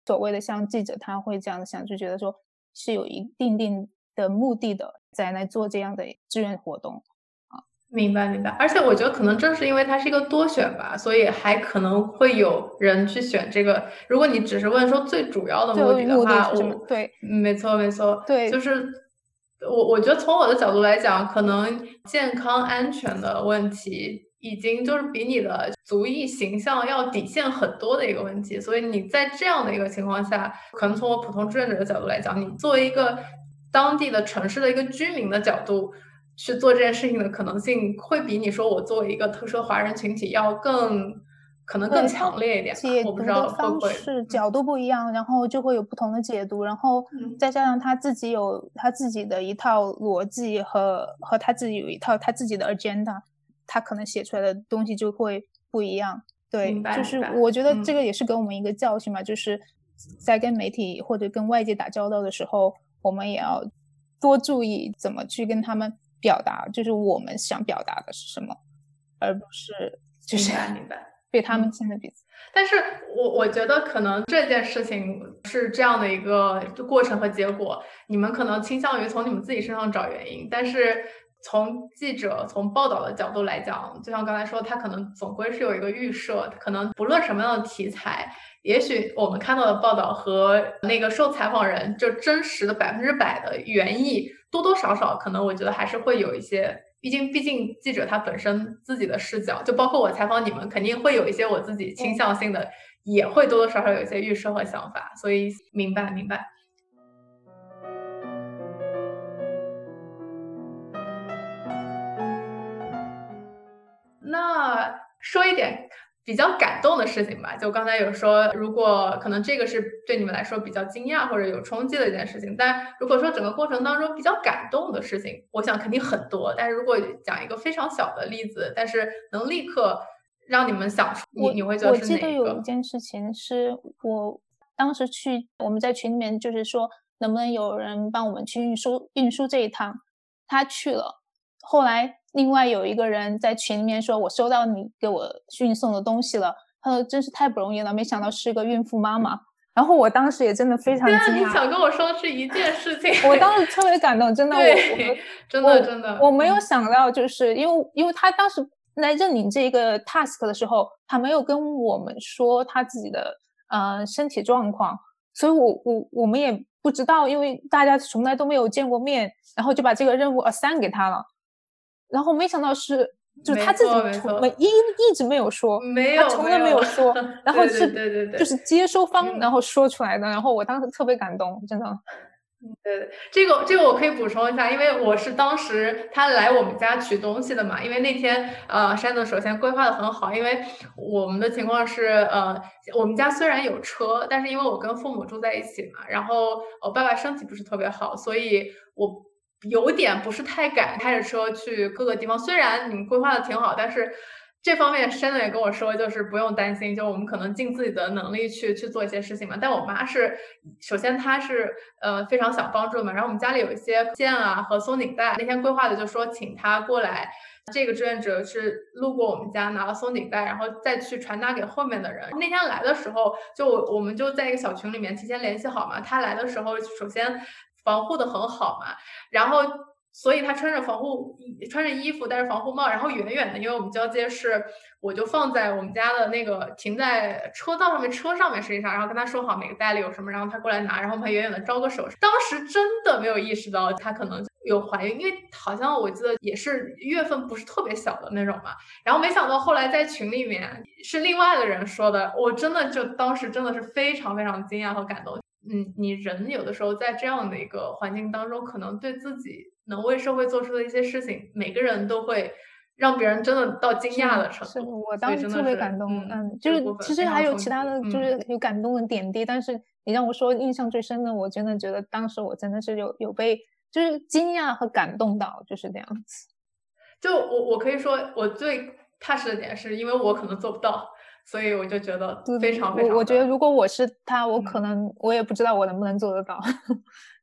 所谓的像记者他会这样想，就觉得说是有一定定的目的的在来做这样的志愿活动。 明白明白，而且我觉得可能正是因为它是一个多选吧，所以还可能会有人去选这个。如果你只是问说最主要的目的的话，我对， 没错没错， 对， 就是我我觉得从我的角度来讲，可能健康安全的问题已经就是比你的族裔形象要底线很多的一个问题，所以你在这样的一个情况下，可能从我普通志愿者的角度来讲，你作为一个当地的城市的一个居民的角度去做这件事情的可能性，会比你说我作为一个特殊的华人群体要更可能更强烈一点吧。我不知道会不会解读的方式角度不一样，然后就会有不同的解读，然后再加上他自己有他自己的一套逻辑和和他自己有一套他自己的 agenda， 他可能写出来的东西就会不一样。对，就是我觉得这个也是给我们一个教训嘛，嗯、就是在跟媒体或者跟外界打交道的时候，我们也要多注意怎么去跟他们表达，就是我们想表达的是什么，而不是就是明白明白被他们牵着鼻子。 但是我我觉得可能这件事情是这样的一个过程和结果，你们可能倾向于从你们自己身上找原因，但是从记者从报道的角度来讲，就像刚才说，他可能总归是有一个预设，可能不论什么样的题材，也许我们看到的报道和那个受采访人就真实的百分之百的原意，多多少少可能我觉得还是会有一些，毕竟毕竟记者他本身自己的视角，就包括我采访你们，肯定会有一些我自己倾向性的，嗯、也会多多少少有一些预设和想法，所以明白明白。那说一点比较感动的事情吧，就刚才有说，如果可能这个是对你们来说比较惊讶或者有冲击的一件事情，但如果说整个过程当中比较感动的事情，我想肯定很多，但是如果讲一个非常小的例子，但是能立刻让你们想出，你你会觉得是哪一个？ 我记得有一件事情是我当时去，我们在群里面就是说能不能有人帮我们去运输运输这一趟，他去了，后来另外有一个人在群里面说，我收到你给我运送的东西了，他说真是太不容易了，没想到是个孕妇妈妈。然后我当时也真的非常惊讶。 你想跟我说是一件事情。 我当时特别感动，真的，我我真的真的， 我没有想到，就是因为因为他当时来认领这个 task 的时候，他没有跟我们说他自己的呃身体状况，所以我我我们也不知道，因为大家从来都没有见过面，然后就把这个任务 assign 给他了。然后没想到是，就是他自己没一一直没没有说， 没有， 他从来没有说，然后是对对对， 就是接收方然后说出来的，然后我当时特别感动，真的。 对对，这个这个我可以补充一下，因为我是当时他来我们家取东西的嘛，因为那天呃山东首先规划的很好，因为我们的情况是呃我们家虽然有车，但是因为我跟父母住在一起嘛，然后我爸爸身体不是特别好，所以我有点不是太敢开着车去各个地方，虽然你们规划的挺好，但是这方面山东也跟我说，就是不用担心，就我们可能尽自己的能力去去做一些事情嘛。但我妈是，首先她是呃非常想帮助嘛，然后我们家里有一些线啊和松紧带，那天规划的就说请她过来，这个志愿者是路过我们家拿了松紧带，然后再去传达给后面的人。那天来的时候，就我我们就在一个小群里面提前联系好嘛，他来的时候首先防护的很好嘛，然后。所以他穿着防护穿着衣服戴着防护帽，然后远远的，因为我们交接是我就放在我们家的那个停在车道上面车上面实际上，然后跟他说好每个袋里有什么，然后他过来拿，然后我们还远远的招个手。当时真的没有意识到他可能有怀孕，因为好像我记得也是月份不是特别小的那种嘛，然后没想到后来在群里面是另外的人说的，我真的就当时真的是非常非常惊讶和感动。嗯，你人有的时候在这样的一个环境当中，可能对自己能为社会做出的一些事情，每个人都会让别人真的到惊讶的程度。 是, 是我当时特别感动，嗯，嗯就是其实还有其他的，就是有感动的点滴，嗯、但是你让我说印象最深的，我真的觉得当时我真的是有有被就是惊讶和感动到，就是这样子。 就我我可以说，我最踏实的点是因为我可能做不到。所以我就觉得非常非常我我觉得如果我是他，我可能、嗯、我也不知道我能不能做得到。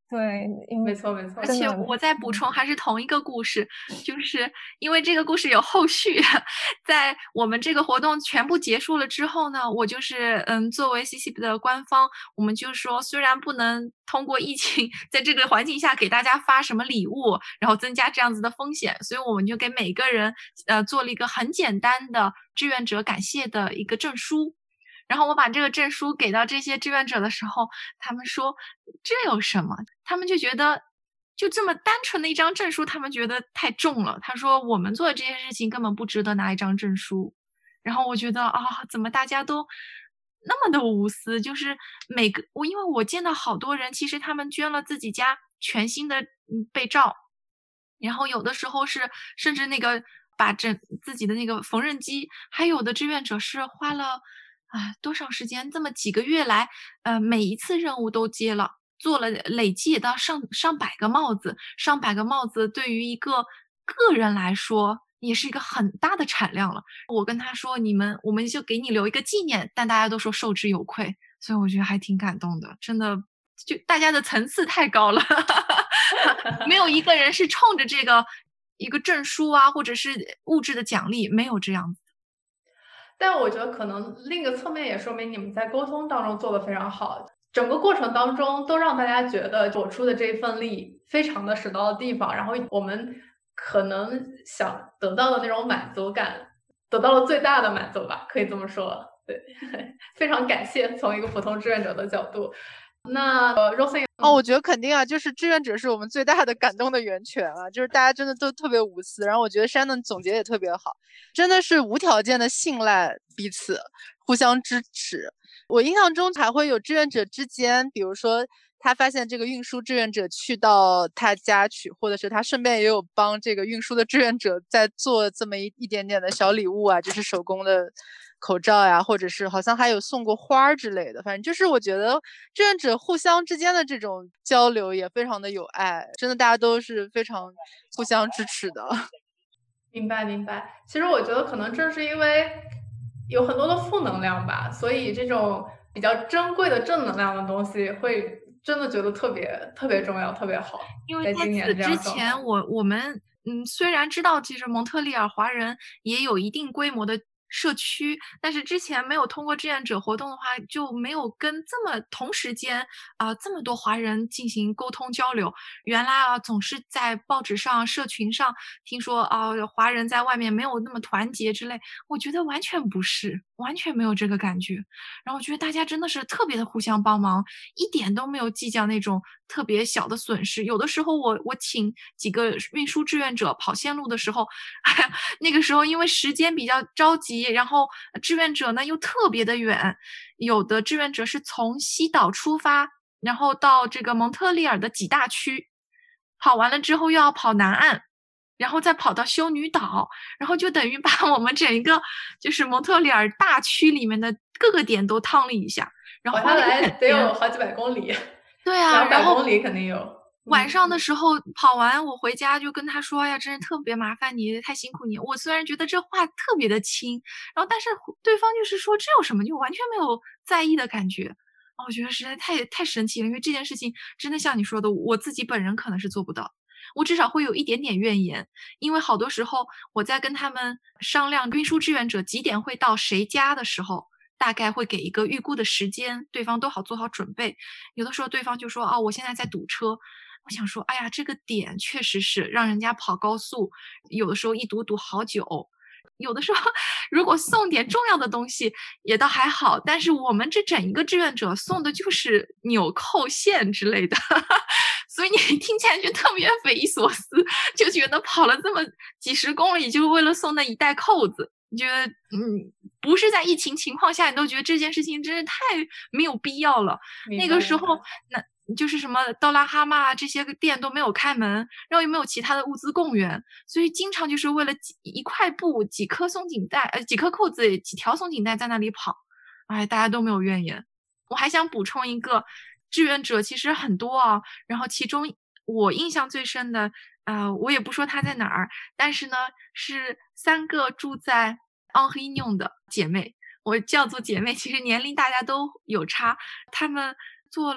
对， 没错没错。 而且我再补充，还是同一个故事，就是因为这个故事有后续，在我们这个活动全部结束了之后呢，我就是嗯，作为 C C B 的官方，我们就说虽然不能通过疫情在这个环境下给大家发什么礼物，然后增加这样子的风险，所以我们就给每个人呃做了一个很简单的志愿者感谢的一个证书。然后我把这个证书给到这些志愿者的时候，他们说这有什么？他们就觉得就这么单纯的一张证书，他们觉得太重了。他说我们做的这些事情根本不值得拿一张证书。然后我觉得啊，怎么大家都那么的无私？就是每个我，因为我见到好多人，其实他们捐了自己家全新的被罩，然后有的时候是甚至那个把整自己的那个缝纫机，还有的志愿者是花了啊多少时间，这么几个月来，呃，每一次任务都接了，做了累计也到上上百个帽子，上百个帽子对于一个个人来说也是一个很大的产量了。我跟他说，你们我们就给你留一个纪念，但大家都说受之有愧，所以我觉得还挺感动的，真的，就大家的层次太高了，没有一个人是冲着这个一个证书啊，或者是物质的奖励，没有这样子。 但我觉得可能另一个侧面也说明你们在沟通当中做得非常好，整个过程当中都让大家觉得我出的这份力非常的实到的地方，然后我们可能想得到的那种满足感得到了最大的满足吧，可以这么说。对，非常感谢从一个普通志愿者的角度。那呃 Rosie 哦，我觉得肯定啊，就是志愿者是我们最大的感动的源泉啊，就是大家真的都特别无私，然后我觉得Shannon总结也特别好，真的是无条件的信赖彼此，互相支持。我印象中还会有志愿者之间，比如说他发现这个运输志愿者去到他家取，或者是他顺便也有帮这个运输的志愿者在做这么一一点点的小礼物啊，就是手工的口罩呀，或者是好像还有送过花之类的，反正就是我觉得志愿者互相之间的这种交流也非常的有爱，真的大家都是非常互相支持的。 明白明白，其实我觉得可能正是因为有很多的负能量吧，所以这种比较珍贵的正能量的东西会真的觉得特别特别重要，特别好。 因为在此之前，我我们嗯虽然知道其实蒙特利尔华人也有一定规模的社区，但是之前没有通过志愿者活动的话，就没有跟这么同时间啊、呃、这么多华人进行沟通交流。原来啊总是在报纸上、社群上听说啊、呃、华人在外面没有那么团结之类，我觉得完全不是，完全没有这个感觉。然后我觉得大家真的是特别的互相帮忙，一点都没有计较那种特别小的损失。有的时候我我请几个运输志愿者跑线路的时候，哎呀，那个时候因为时间比较着急，然后志愿者呢又特别的远，有的志愿者是从西岛出发，然后到这个蒙特利尔的几大区，跑完了之后又要跑南岸，然后再跑到修女岛，然后就等于把我们整一个就是蒙特利尔大区里面的各个点都趟了一下，然后跑下来得有好几百公里。 对啊， 两百公里肯定有。 晚上的时候跑完，我回家就跟他说：“哎呀，真是特别麻烦你，太辛苦你。”我虽然觉得这话特别的轻，然后但是对方就是说这有什么，就完全没有在意的感觉。哦，我觉得实在太太神奇了，因为这件事情真的像你说的，我自己本人可能是做不到，我至少会有一点点怨言，因为好多时候我在跟他们商量运输志愿者几点会到谁家的时候，大概会给一个预估的时间，对方都好做好准备。有的时候对方就说：“哦，我现在在堵车。”我想说，哎呀，这个点确实是让人家跑高速，有的时候一堵堵好久。有的时候如果送点重要的东西也倒还好，但是我们这整一个志愿者送的就是纽扣线之类的，所以你听起来就特别匪夷所思，就觉得跑了这么几十公里就是为了送那一袋扣子。你觉得嗯，不是在疫情情况下，你都觉得这件事情真是太没有必要了。那个时候那就是什么刀拉哈嘛这些个店都没有开门，然后又没有其他的物资供援，所以经常就是为了几一块布、几颗松紧带、呃几颗扣子、几条松紧带在那里跑，哎，大家都没有怨言。我还想补充一个，志愿者其实很多啊，然后其中我印象最深的，呃，我也不说他在哪儿，但是呢是三个住在昂黑纽的姐妹，我叫做姐妹，其实年龄大家都有差，她们做了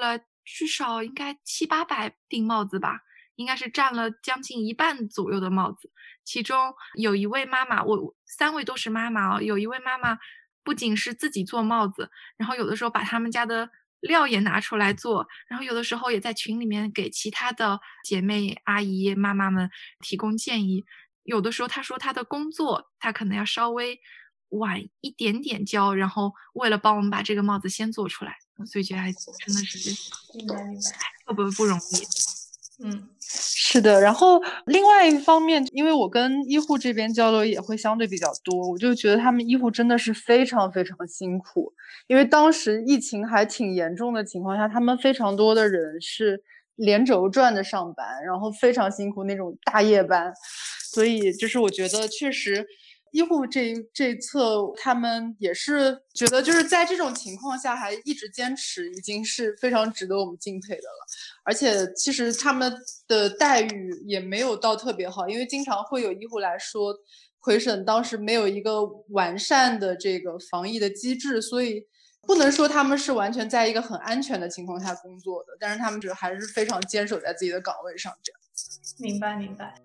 至少应该七八百顶帽子吧，应该是占了将近一半左右的帽子。其中有一位妈妈，我三位都是妈妈哦，有一位妈妈不仅是自己做帽子，然后有的时候把他们家的料也拿出来做，然后有的时候也在群里面给其他的姐妹、阿姨、妈妈们提供建议。有的时候她说她的工作，她可能要稍微晚一点点交，然后为了帮我们把这个帽子先做出来，所以觉得还真的是明白明白， 特别不容易。 嗯， 是的，然后另外一方面，因为我跟医护这边交流也会相对比较多，我就觉得他们医护真的是非常非常辛苦，因为当时疫情还挺严重的情况下，他们非常多的人是连轴转的上班，然后非常辛苦那种大夜班，所以就是我觉得确实医护这这一侧，他们也是觉得就是在这种情况下还一直坚持，已经是非常值得我们敬佩的了。而且其实他们的待遇也没有到特别好，因为经常会有医护来说，魁省当时没有一个完善的这个防疫的机制，所以不能说他们是完全在一个很安全的情况下工作的，但是他们只还是非常坚守在自己的岗位上这样。 明白明白。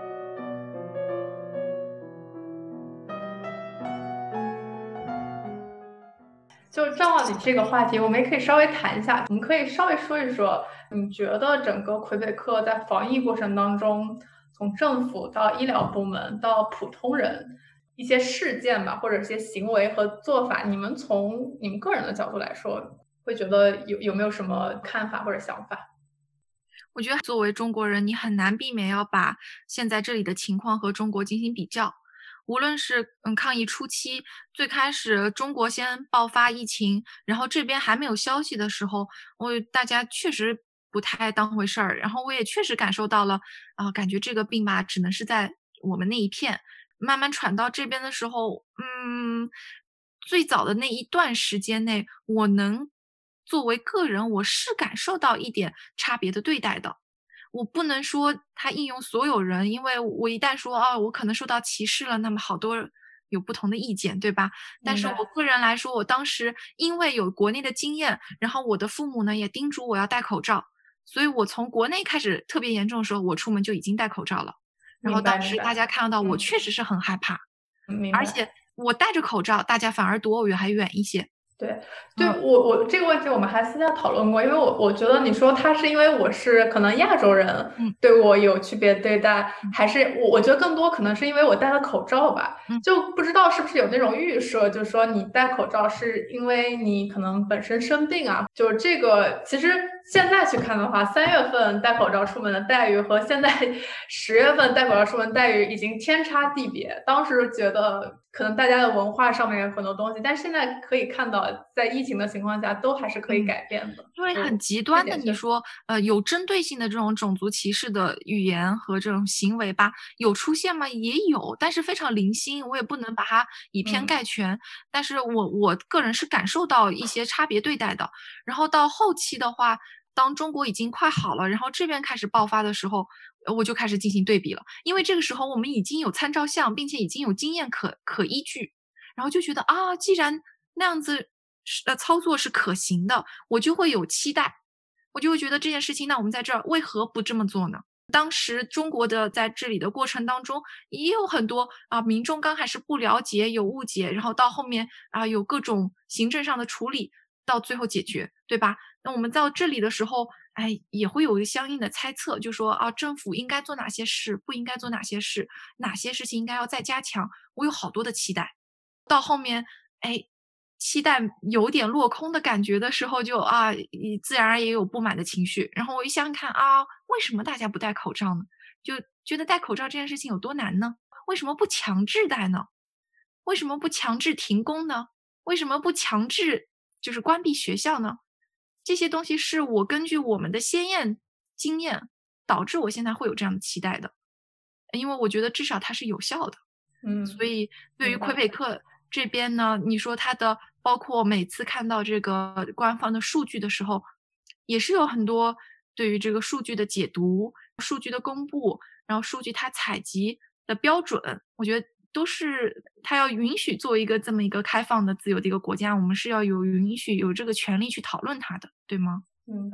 就正好你这个话题，我们也可以稍微谈一下。我们可以稍微说一说，你觉得整个魁北克在防疫过程当中，从政府到医疗部门到普通人一些事件吧，或者一些行为和做法，你们从你们个人的角度来说，会觉得有有没有什么看法或者想法？ 我觉得作为中国人，你很难避免要把现在这里的情况和中国进行比较。无论是嗯抗疫初期，最开始中国先爆发疫情，然后这边还没有消息的时候，我大家确实不太当回事儿，然后我也确实感受到了啊、呃，感觉这个病吧，只能是在我们那一片，慢慢传到这边的时候，嗯，最早的那一段时间内，我能作为个人，我是感受到一点差别的对待的。我不能说它应用所有人，因为我一旦说啊，我可能受到歧视了，那么好多有不同的意见，对吧？但是我个人来说，我当时因为有国内的经验，然后我的父母呢也叮嘱我要戴口罩，所以我从国内开始特别严重的时候，我出门就已经戴口罩了。然后当时大家看到我确实是很害怕，而且我戴着口罩，大家反而躲我还远一些。 对，对我我这个问题我们还私下讨论过，因为我我觉得你说他是因为我是可能亚洲人， 嗯， 对我有区别对待，嗯、还是我我觉得更多可能是因为我戴了口罩吧， 嗯， 就不知道是不是有那种预设，就是说你戴口罩是因为你可能本身生病啊，就是这个其实现在去看的话，三月份戴口罩出门的待遇和现在十月份戴口罩出门待遇已经天差地别，当时觉得可能大家的文化上面有很多东西，但是现在可以看到，在疫情的情况下，都还是可以改变的。 嗯、因为很极端的，你说，呃，有针对性的这种种族歧视的语言和这种行为吧，有出现吗？也有，但是非常零星，我也不能把它以偏概全。嗯、但是我我个人是感受到一些差别对待的。然后到后期的话，当中国已经快好了，然后这边开始爆发的时候，我就开始进行对比了，因为这个时候我们已经有参照项，并且已经有经验可可依据，然后就觉得啊，既然那样子呃操作是可行的，我就会有期待，我就会觉得这件事情，那我们在这儿为何不这么做呢？当时中国的在这里的过程当中，也有很多啊、呃、民众刚开始不了解，有误解，然后到后面啊、呃、有各种行政上的处理，到最后解决，对吧？那我们到这里的时候，哎，也会有一个相应的猜测，就说啊，政府应该做哪些事，不应该做哪些事，哪些事情应该要再加强。我有好多的期待，到后面，哎，期待有点落空的感觉的时候就，就啊，自然而然也有不满的情绪。然后我一想看啊，为什么大家不戴口罩呢？就觉得戴口罩这件事情有多难呢？为什么不强制戴呢？为什么不强制停工呢？为什么不强制就是关闭学校呢？这些东西是我根据我们的先验经验导致我现在会有这样的期待的，因为我觉得至少它是有效的。 嗯， 所以对于魁北克这边呢，你说它的包括每次看到这个官方的数据的时候，也是有很多对于这个数据的解读、数据的公布，然后数据它采集的标准，我觉得都是它要允许作为一个这么一个开放的自由的一个国家，我们是要有允许有这个权利去讨论它的，对吗？ 明白。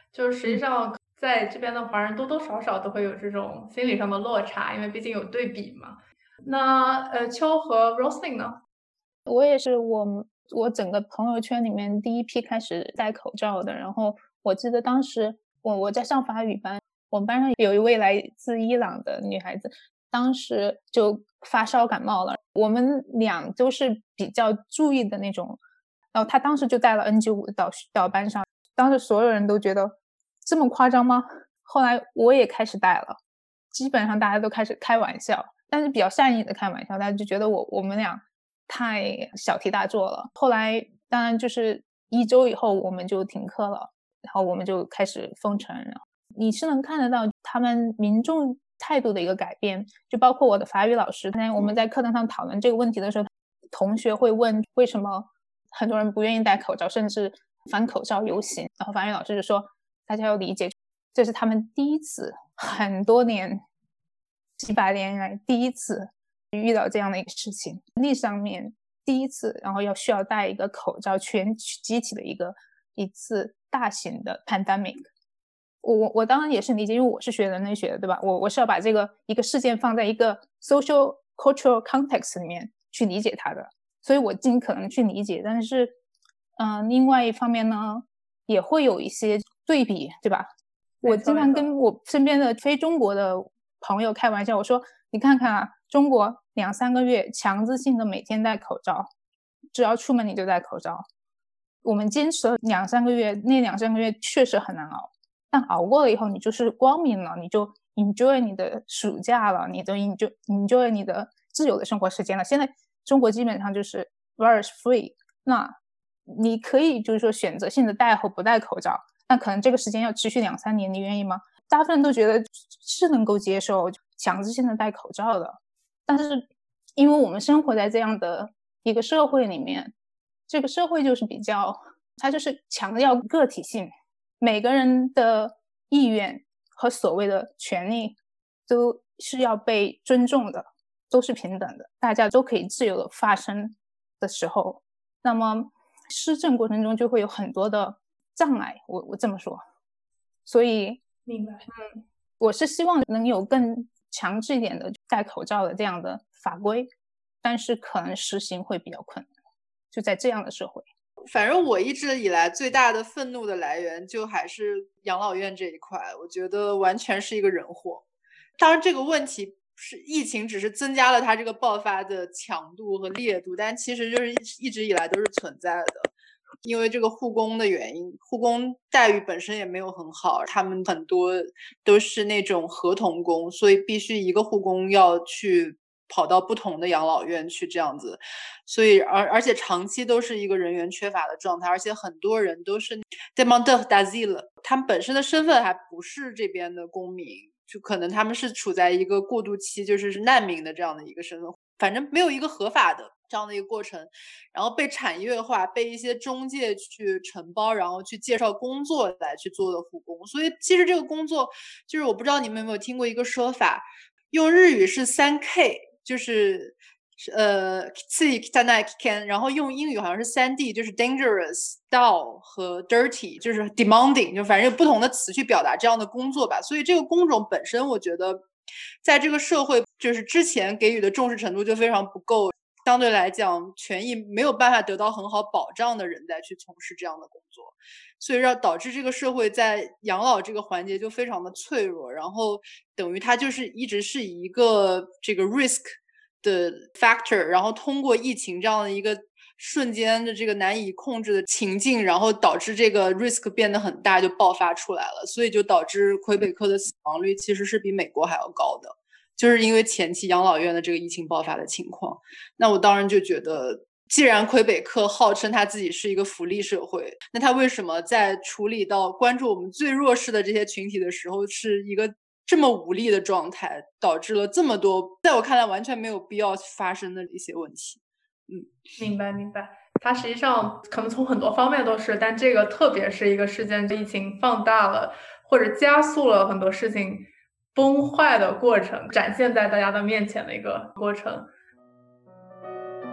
就是实际上在这边的华人多多少少都会有这种心理上的落差，因为毕竟有对比嘛。那呃，秋和 Rosling 呢？ 我也是我我整个朋友圈里面第一批开始戴口罩的。然后我记得当时我我在上法语班，我们班上有一位来自伊朗的女孩子，当时就发烧感冒了，我们俩都是比较注意的那种，然后她当时就带了 N 九五 到到班上，当时所有人都觉得这么夸张吗？后来我也开始戴了，基本上大家都开始开玩笑，但是比较善意的开玩笑，大家就觉得我我们俩太小题大做了。后来当然就是一周以后我们就停课了，然后我们就开始封城。你是能看得到他们民众态度的一个改变，就包括我的法语老师，我们在课堂上讨论这个问题的时候，同学会问为什么很多人不愿意戴口罩，甚至反口罩游行，然后法语老师就说大家要理解，这是他们第一次很多年几百年来第一次遇到这样的一个事情，历史上面第一次，然后要需要戴一个口罩，全集体的一个一次大型的 pandemic。 我我当然也是理解，因为我是学人类学的，对吧？我我是要把这个一个事件放在一个 social cultural context 里面去理解它的，所以我尽可能去理解。但是嗯、呃，另外一方面呢也会有一些对比，对吧？我经常跟我身边的非中国的朋友开玩笑，我说你看看啊，中国两三个月强制性的每天戴口罩，只要出门你就戴口罩，我们坚持了两三个月，那两三个月确实很难熬，但熬过了以后你就是光明了，你就 enjoy 你的暑假了，你就 enjoy, enjoy 你的自由的生活时间了。现在中国基本上就是 virus free， 那你可以就是说选择性的戴和不戴口罩，那可能这个时间要持续两三年，你愿意吗？大部分人都觉得是能够接受强制性的戴口罩的，但是因为我们生活在这样的一个社会里面，这个社会就是比较，它就是强调个体性，每个人的意愿和所谓的权利都是要被尊重的，都是平等的，大家都可以自由的发声的时候，那么施政过程中就会有很多的障碍，我我这么说。所以明白， 嗯，我是希望能有更强制一点的戴口罩的这样的法规，但是可能实行会比较困难，就在这样的社会。 反正我一直以来最大的愤怒的来源就还是养老院这一块，我觉得完全是一个人祸。当然这个问题是疫情只是增加了它这个爆发的强度和烈度，但其实就是一直以来都是存在的。因为这个护工的原因，护工待遇本身也没有很好，他们很多都是那种合同工，所以必须一个护工要去跑到不同的养老院去这样子，所以而而且长期都是一个人员缺乏的状态，而且很多人都是 demandeur d'asile， 他们本身的身份还不是这边的公民，就可能他们是处在一个过渡期，就是难民的这样的一个身份，反正没有一个合法的这样的一个过程，然后被产业化，被一些中介去承包，然后去介绍工作来去做的护工。所以其实这个工作就是我不知道你们有没有听过一个说法，用日语是三 K， 就是呃，然后用英语好像是三 D， 就是 dangerous、dull 和 dirty， 就是 demanding， 就反正有不同的词去表达这样的工作吧。所以这个工种本身，我觉得在这个社会就是之前给予的重视程度就非常不够，相对来讲权益没有办法得到很好保障的人再去从事这样的工作，所以让导致这个社会在养老这个环节就非常的脆弱，然后等于它就是一直是一个这个 risk 的 factor， 然后通过疫情这样的一个瞬间的这个难以控制的情境，然后导致这个 risk 变得很大，就爆发出来了，所以就导致魁北克的死亡率其实是比美国还要高的，就是因为前期养老院的这个疫情爆发的情况。那我当然就觉得，既然魁北克号称他自己是一个福利社会，那他为什么在处理到关注我们最弱势的这些群体的时候是一个这么无力的状态，导致了这么多在我看来完全没有必要发生的一些问题。嗯， 明白明白。它实际上可能从很多方面都是，但这个特别是一个事件，疫情放大了或者加速了很多事情崩坏的过程，展现在大家的面前的一个过程。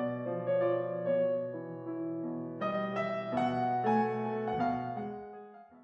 好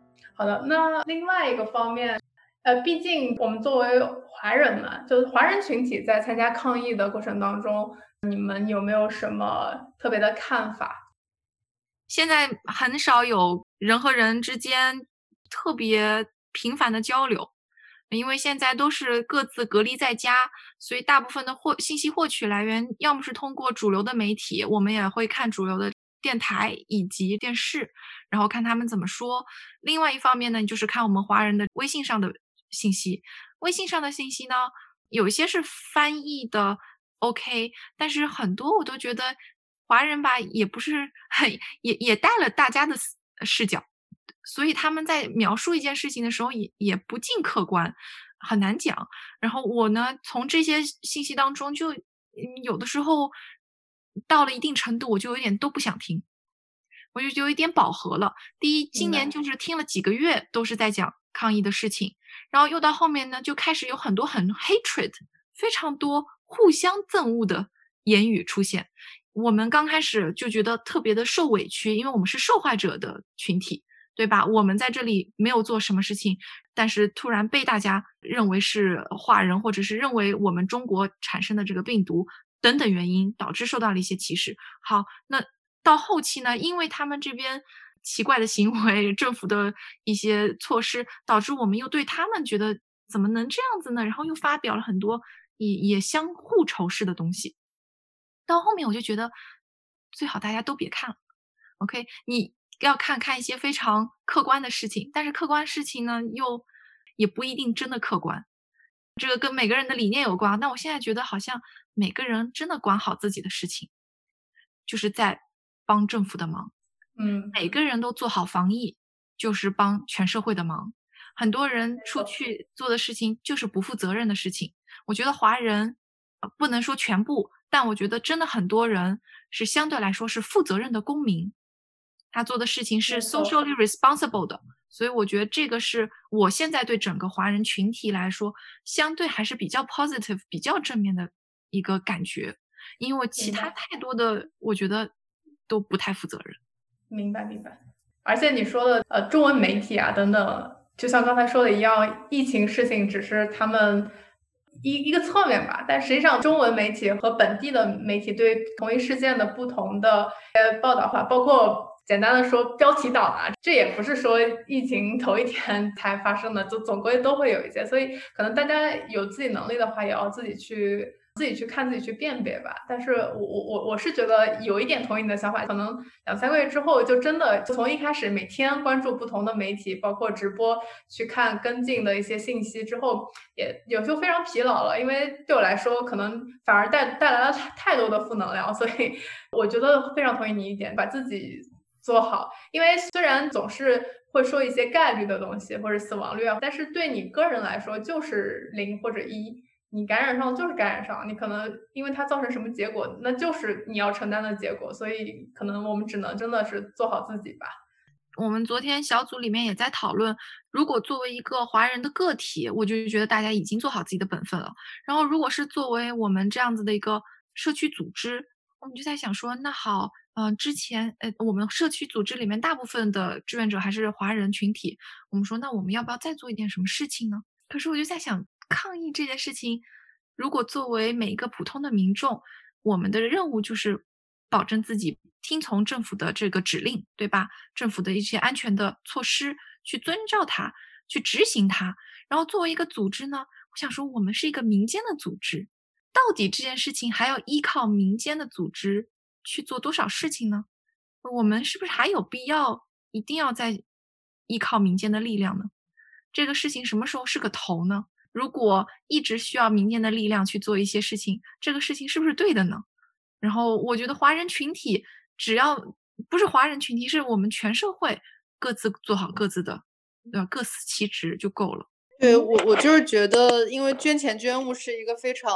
好的，那另外一个方面，呃，毕竟我们作为华人嘛，就是华人群体在参加抗疫的过程当中，你们有没有什么特别的看法？ 现在很少有人和人之间特别频繁的交流，因为现在都是各自隔离在家，所以大部分的获信息获取来源，要么是通过主流的媒体，我们也会看主流的电台以及电视，然后看他们怎么说。另外一方面呢，就是看我们华人的微信上的信息。微信上的信息呢，有一些是翻译的 OK，但是很多我都觉得华人吧，也不是很也也带了大家的视角，所以他们在描述一件事情的时候也也不尽客观，很难讲。然后我呢，从这些信息当中就有的时候到了一定程度，我就有点都不想听，我就有一点饱和了。第一，今年就是听了几个月都是在讲抗疫的事情，然后又到后面呢，就开始有很多很 hatred， 非常多互相憎恶的言语出现。我们刚开始就觉得特别的受委屈，因为我们是受害者的群体，对吧？我们在这里没有做什么事情，但是突然被大家认为是坏人，或者是认为我们中国产生的这个病毒等等原因导致受到了一些歧视。好，那到后期呢，因为他们这边奇怪的行为，政府的一些措施，导致我们又对他们觉得怎么能这样子呢？然后又发表了很多也也相互仇视的东西。到后面我就觉得最好大家都别看了 ，OK？ 你要看看一些非常客观的事情，但是客观事情呢，又也不一定真的客观，这个跟每个人的理念有关。但我现在觉得好像每个人真的管好自己的事情，就是在帮政府的忙。 嗯， 每个人都做好防疫，就是帮全社会的忙。很多人出去做的事情就是不负责任的事情。我觉得华人不能说全部，但我觉得真的很多人是相对来说是负责任的公民，他做的事情是 socially responsible 的，所以我觉得这个是我现在对整个华人群体来说，相对还是比较 positive、比较正面的一个感觉，因为其他太多的我觉得都不太负责任。 明白明白。而且你说的呃中文媒体啊等等，就像刚才说的一样，疫情事情只是他们一一个侧面吧，但实际上中文媒体和本地的媒体对同一事件的不同的呃报道化，包括简单的说标题党啊，这也不是说疫情头一天才发生的，就总归都会有一些，所以可能大家有自己能力的话，也要自己去自己去看，自己去辨别吧。但是我我我我是觉得有一点同意你的想法，可能两三个月之后，就真的就从一开始每天关注不同的媒体，包括直播去看跟进的一些信息之后，也也就非常疲劳了。因为对我来说，可能反而带带来了太多的负能量，所以我觉得非常同意你一点，把自己做好。因为虽然总是会说一些概率的东西或者死亡率啊，但是对你个人来说就是零或者一。你感染上就是感染上，你可能因为它造成什么结果，那就是你要承担的结果，所以可能我们只能真的是做好自己吧。 我们昨天小组里面也在讨论，如果作为一个华人的个体，我就觉得大家已经做好自己的本分了。然后如果是作为我们这样子的一个社区组织，我们就在想说，那好，嗯、呃，之前呃，我们社区组织里面大部分的志愿者还是华人群体，我们说那我们要不要再做一点什么事情呢？可是我就在想，抗疫这件事情，如果作为每一个普通的民众，我们的任务就是保证自己听从政府的这个指令，对吧？政府的一些安全的措施，去遵照它，去执行它。然后作为一个组织呢，我想说，我们是一个民间的组织，到底这件事情还要依靠民间的组织去做多少事情呢？我们是不是还有必要一定要再依靠民间的力量呢？这个事情什么时候是个头呢？如果一直需要民间的力量去做一些事情，这个事情是不是对的呢？然后我觉得华人群体只要不是华人群体，是我们全社会各自做好各自的，呃，各司其职就够了。 对，我我就是觉得，因为捐钱捐物是一个非常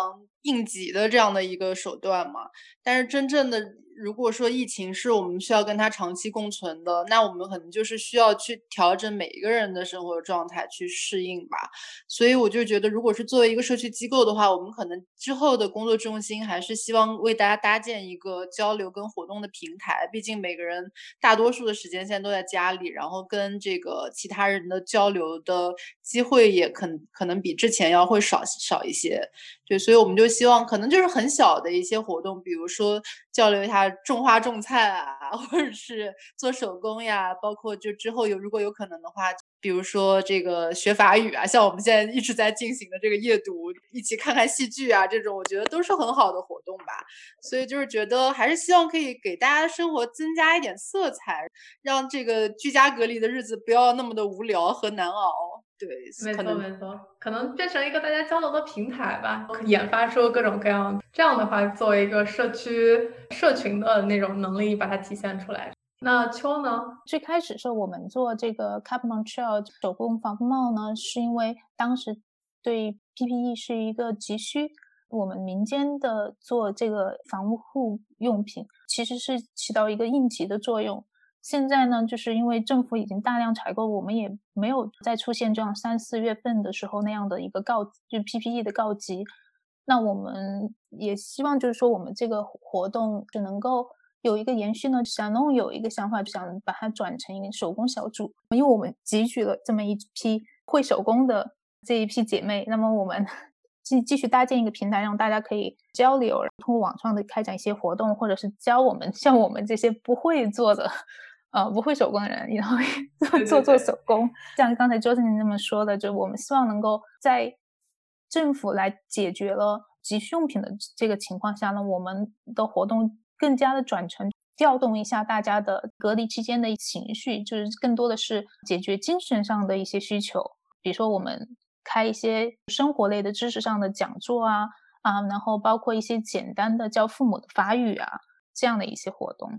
应急的这样的一个手段嘛。但是真正的如果说疫情是我们需要跟它长期共存的，那我们可能就是需要去调整每一个人的生活状态去适应吧。所以我就觉得如果是作为一个社区机构的话，我们可能之后的工作重心还是希望为大家搭建一个交流跟活动的平台，毕竟每个人大多数的时间现在都在家里，然后跟这个其他人的交流的机会也可可能比之前要会少少一些。对，所以我们就希望可能就是很小的一些活动，比如说交流一下种花种菜啊，或者是做手工呀，包括就之后有如果有可能的话，比如说这个学法语啊，像我们现在一直在进行的这个夜读，一起看看戏剧啊，这种我觉得都是很好的活动吧。所以就是觉得还是希望可以给大家生活增加一点色彩，让这个居家隔离的日子不要那么的无聊和难熬。对， 没错可能没错，可能变成一个大家交流的平台吧，研发出各种各样，这样的话作为一个社区社群的那种能力把它体现出来。那秋呢？ 最开始是我们做这个 Cap Montreal 手工防风帽呢，是因为当时对 P P E 是一个急需，我们民间的做这个防护用品其实是起到一个应急的作用。现在呢，就是因为政府已经大量采购，我们也没有再出现这样三四月份的时候那样的一个告，就 P P E 的告急。那我们也希望就是说我们这个活动只能够有一个延续呢，想弄有一个想法，就想把它转成一个手工小组，因为我们集聚了这么一批会手工的这一批姐妹，那么我们继继续搭建一个平台，让大家可以交流，通过网上的开展一些活动，或者是教我们像我们这些不会做的呃，不会手工的人，然后做做手工。像刚才 Jocelyn 那么说的，就我们希望能够在政府来解决了急需用品的这个情况下呢，我们的活动更加的转成调动一下大家的隔离期间的情绪，就是更多的是解决精神上的一些需求。比如说我们开一些生活类的知识上的讲座啊，啊，然后包括一些简单的教父母的法语啊，这样的一些活动。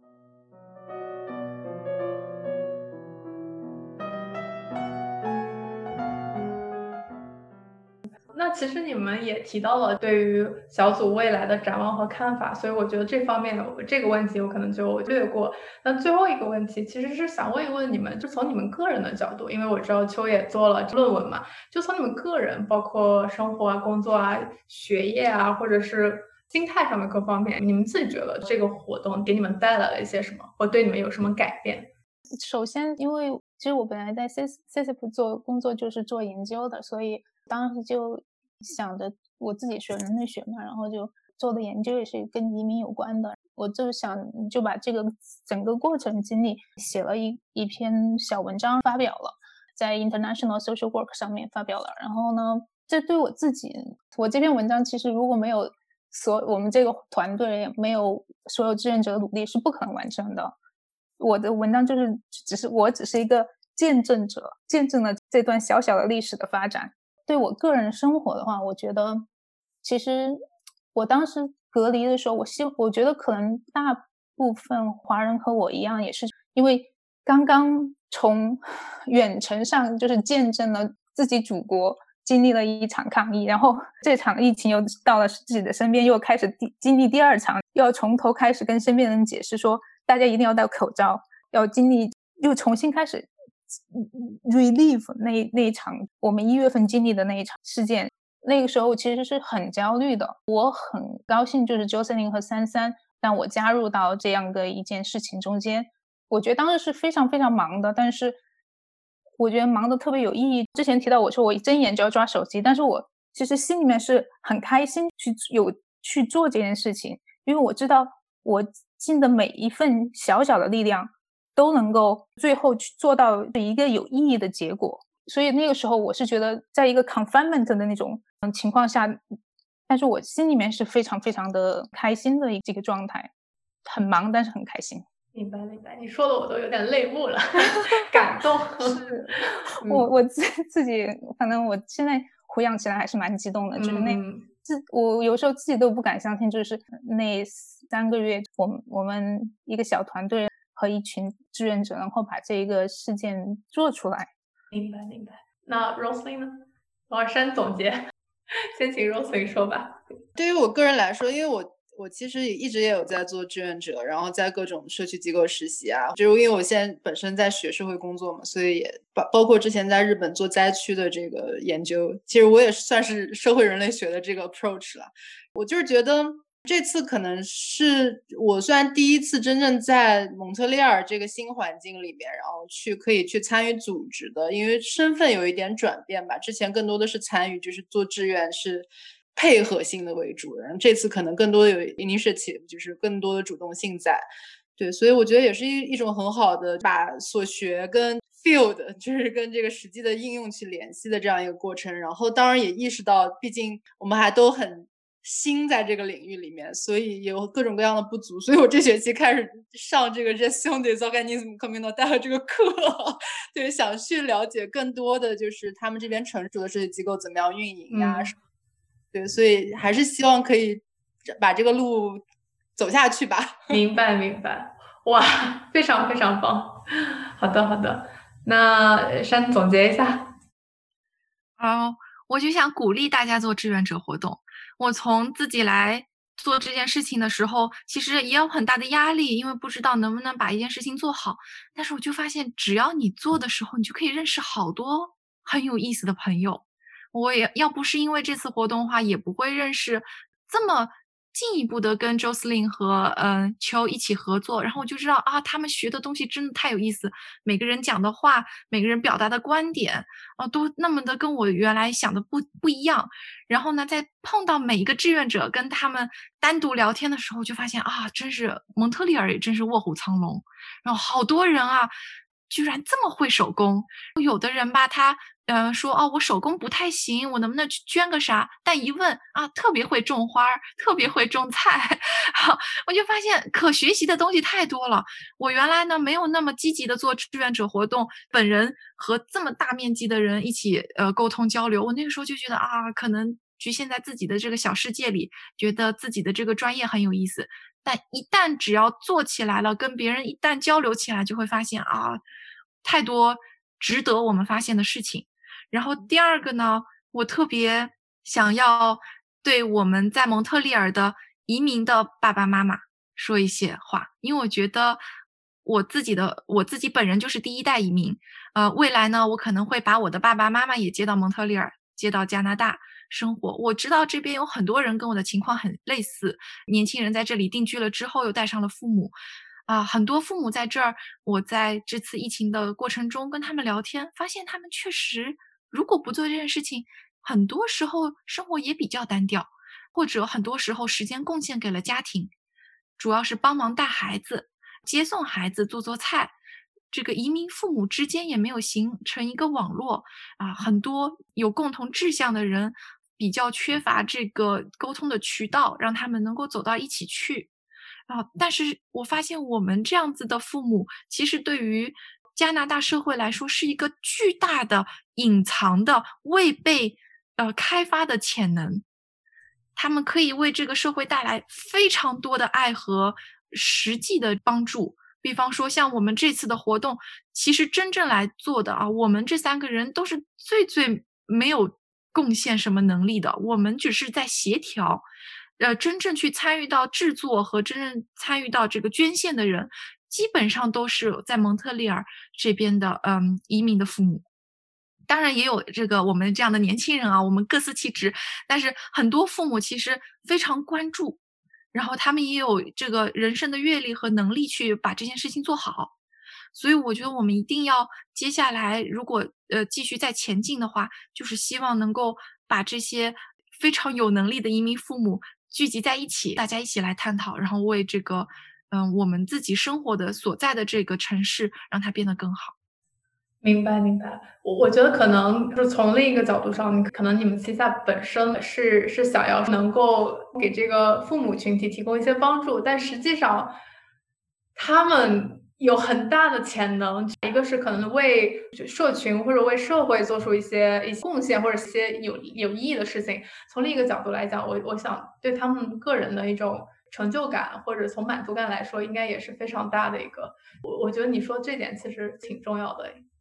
那其实你们也提到了对于小组未来的展望和看法，所以我觉得这方面这个问题我可能就略过。那最后一个问题其实是想问一问你们，就从你们个人的角度，因为我知道秋也做了论文嘛，就从你们个人，包括生活啊、工作啊、学业啊，或者是心态上的各方面，你们自己觉得这个活动给你们带来了一些什么，或对你们有什么改变？ 首先，因为其实我本来在 C C F 做工作就是做研究的，所以当时就想着我自己学人类学嘛，然后就做的研究也是跟移民有关的，我就想就把这个整个过程经历写了一一篇小文章发表了，在 International Social Work 上面发表了。然后呢，这对我自己，我这篇文章其实如果没有所我们这个团队没有所有志愿者的努力是不可能完成的。我的文章就是只是我只是一个见证者，见证了这段小小的历史的发展。对我个人生活的话，我觉得其实我当时隔离的时候，我希我觉得可能大部分华人和我一样，也是因为刚刚从远程上就是见证了自己祖国经历了一场抗疫，然后这场疫情又到了自己的身边，又开始第经历第二场，又要从头开始跟身边人解释说大家一定要戴口罩，要经历又重新开始 relive 那那一场我们一月份经历的那一场事件。那个时候其实是很焦虑的，我很高兴就是 Jocelyn 和三三让我加入到这样的一件事情中间。我觉得当时是非常非常忙的，但是我觉得忙得特别有意义。之前提到我说我一睁眼就要抓手机，但是我其实心里面是很开心去有去做这件事情，因为我知道我尽的每一份小小的力量都能够最后去做到一个有意义的结果。所以那个时候我是觉得在一个 confinement 的那种情况下，但是我心里面是非常非常的开心的这个状态，很忙但是很开心。 明白明白，你说的我都有点泪目了感动是我我自自己反正我现在回想起来还是蛮激动的，就是那自我有时候自己都不敢相信，就是那三个月我们我们一个小团队和一群志愿者然后把这个事件做出来。 明白明白。那 Roslyn 呢？王二山总结先请 Roslyn 说吧。 对于我个人来说，因为我我其实也一直也有在做志愿者，然后在各种社区机构实习啊，就是因为我现在本身在学社会工作嘛，所以也包包括之前在日本做灾区的这个研究，其实我也算是社会人类学的这个 approach 了。我就是觉得这次可能是我虽然第一次真正在蒙特利尔这个新环境里面，然后去可以去参与组织的，因为身份有一点转变吧，之前更多的是参与，就是做志愿是配合性的为主，然后这次可能更多的有 initiative， 就是更多的主动性在。对，所以我觉得也是一一种很好的把所学跟 field， 就是跟这个实际的应用去联系的这样一个过程。然后当然也意识到，毕竟我们还都很新在这个领域里面，所以有各种各样的不足。所以我这学期开始上这个 Gestion des organismes communautaires 这个课，对，想去了解更多的就是他们这边成熟的社区机构怎么样运营呀、啊。嗯对，所以还是希望可以把这个路走下去吧。 明白，明白，哇，非常非常棒。好的，好的。那珊总结一下。 哦，我就想鼓励大家做志愿者活动。我从自己来做这件事情的时候，其实也有很大的压力，因为不知道能不能把一件事情做好。但是我就发现，只要你做的时候，你就可以认识好多很有意思的朋友。我也要不是因为这次活动的话，也不会认识这么进一步的跟 Jocelyn 和呃秋一起合作，然后我就知道啊，他们学的东西真的太有意思，每个人讲的话，每个人表达的观点啊，都那么的跟我原来想的不不一样。然后呢，在碰到每一个志愿者跟他们单独聊天的时候，就发现啊，真是蒙特利尔也真是卧虎藏龙，然后好多人啊，居然这么会手工。有的人吧，他呃说哦，我手工不太行，我能不能去捐个啥？但一问啊，特别会种花，特别会种菜，我就发现可学习的东西太多了。我原来呢没有那么积极的做志愿者活动，本人和这么大面积的人一起呃沟通交流，我那个时候就觉得啊，可能局限在自己的这个小世界里，觉得自己的这个专业很有意思。但一旦只要做起来了，跟别人一旦交流起来，就会发现啊，太多值得我们发现的事情。然后第二个呢，我特别想要对我们在蒙特利尔的移民的爸爸妈妈说一些话，因为我觉得我自己的我自己本人就是第一代移民，呃，未来呢，我可能会把我的爸爸妈妈也接到蒙特利尔，接到加拿大生活。我知道这边有很多人跟我的情况很类似，年轻人在这里定居了之后又带上了父母。啊，很多父母在这儿，我在这次疫情的过程中跟他们聊天，发现他们确实如果不做这件事情，很多时候生活也比较单调，或者很多时候时间贡献给了家庭，主要是帮忙带孩子、接送孩子、做做菜。这个移民父母之间也没有形成一个网络啊，很多有共同志向的人比较缺乏这个沟通的渠道，让他们能够走到一起去。啊，但是我发现我们这样子的父母，其实对于加拿大社会来说是一个巨大的、隐藏的、未被呃开发的潜能。他们可以为这个社会带来非常多的爱和实际的帮助。比方说像我们这次的活动，其实真正来做的啊，我们这三个人都是最最没有贡献什么能力的，我们只是在协调。呃，真正去参与到制作和真正参与到这个捐献的人，基本上都是在蒙特利尔这边的嗯移民的父母。当然也有这个我们这样的年轻人啊，我们各司其职，但是很多父母其实非常关注，然后他们也有这个人生的阅历和能力去把这件事情做好。所以我觉得我们一定要接下来如果呃继续再前进的话，就是希望能够把这些非常有能力的移民父母聚集在一起，大家一起来探讨，然后为这个嗯、呃、我们自己生活的所在的这个城市让它变得更好。 明白明白，我我觉得可能就是从另一个角度上，可能你们旗下本身是是想要能够给这个父母群体提供一些帮助，但实际上他们有很大的潜能，一个是可能为社群或者为社会做出一些一些贡献，或者一些有有意义的事情。从另一个角度来讲，我我想对他们个人的一种成就感或者从满足感来说，应该也是非常大的一个。我我觉得你说这点其实挺重要的。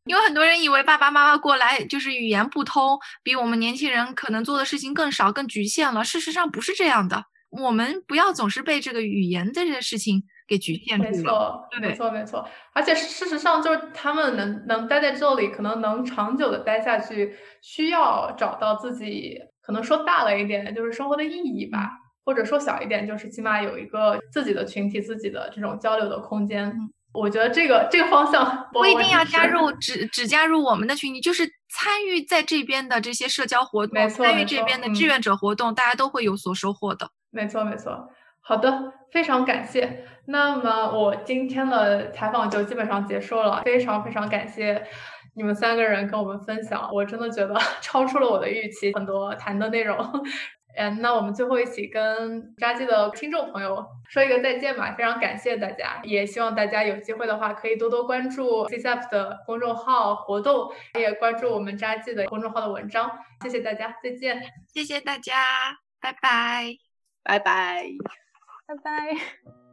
因为很多人以为爸爸妈妈过来就是语言不通，比我们年轻人可能做的事情更少、更局限了。事实上不是这样的，我们不要总是被这个语言这件事情给局限住了。 没错，没错，没错。而且事实上，就是他们能能待在这里，可能能长久的待下去，需要找到自己，可能说大了一点，就是生活的意义吧。嗯，或者说小一点，就是起码有一个自己的群体、自己的这种交流的空间。嗯，我觉得这个这个方向不一定要加入，只只加入我们的群体，就是参与在这边的这些社交活动，参与这边的志愿者活动，嗯，大家都会有所收获的。 没错，没错。好的，非常感谢。那么我今天的采访就基本上结束了，非常非常感谢你们三个人跟我们分享，我真的觉得超出了我的预期，很多谈的内容。嗯，那我们最后一起跟扎记的听众朋友说一个再见吧，非常感谢大家，也希望大家有机会的话可以多多关注 C S A P 的公众号活动，也关注我们扎记的公众号的文章。谢谢大家，再见。 谢谢大家，拜拜， 拜拜， 拜拜。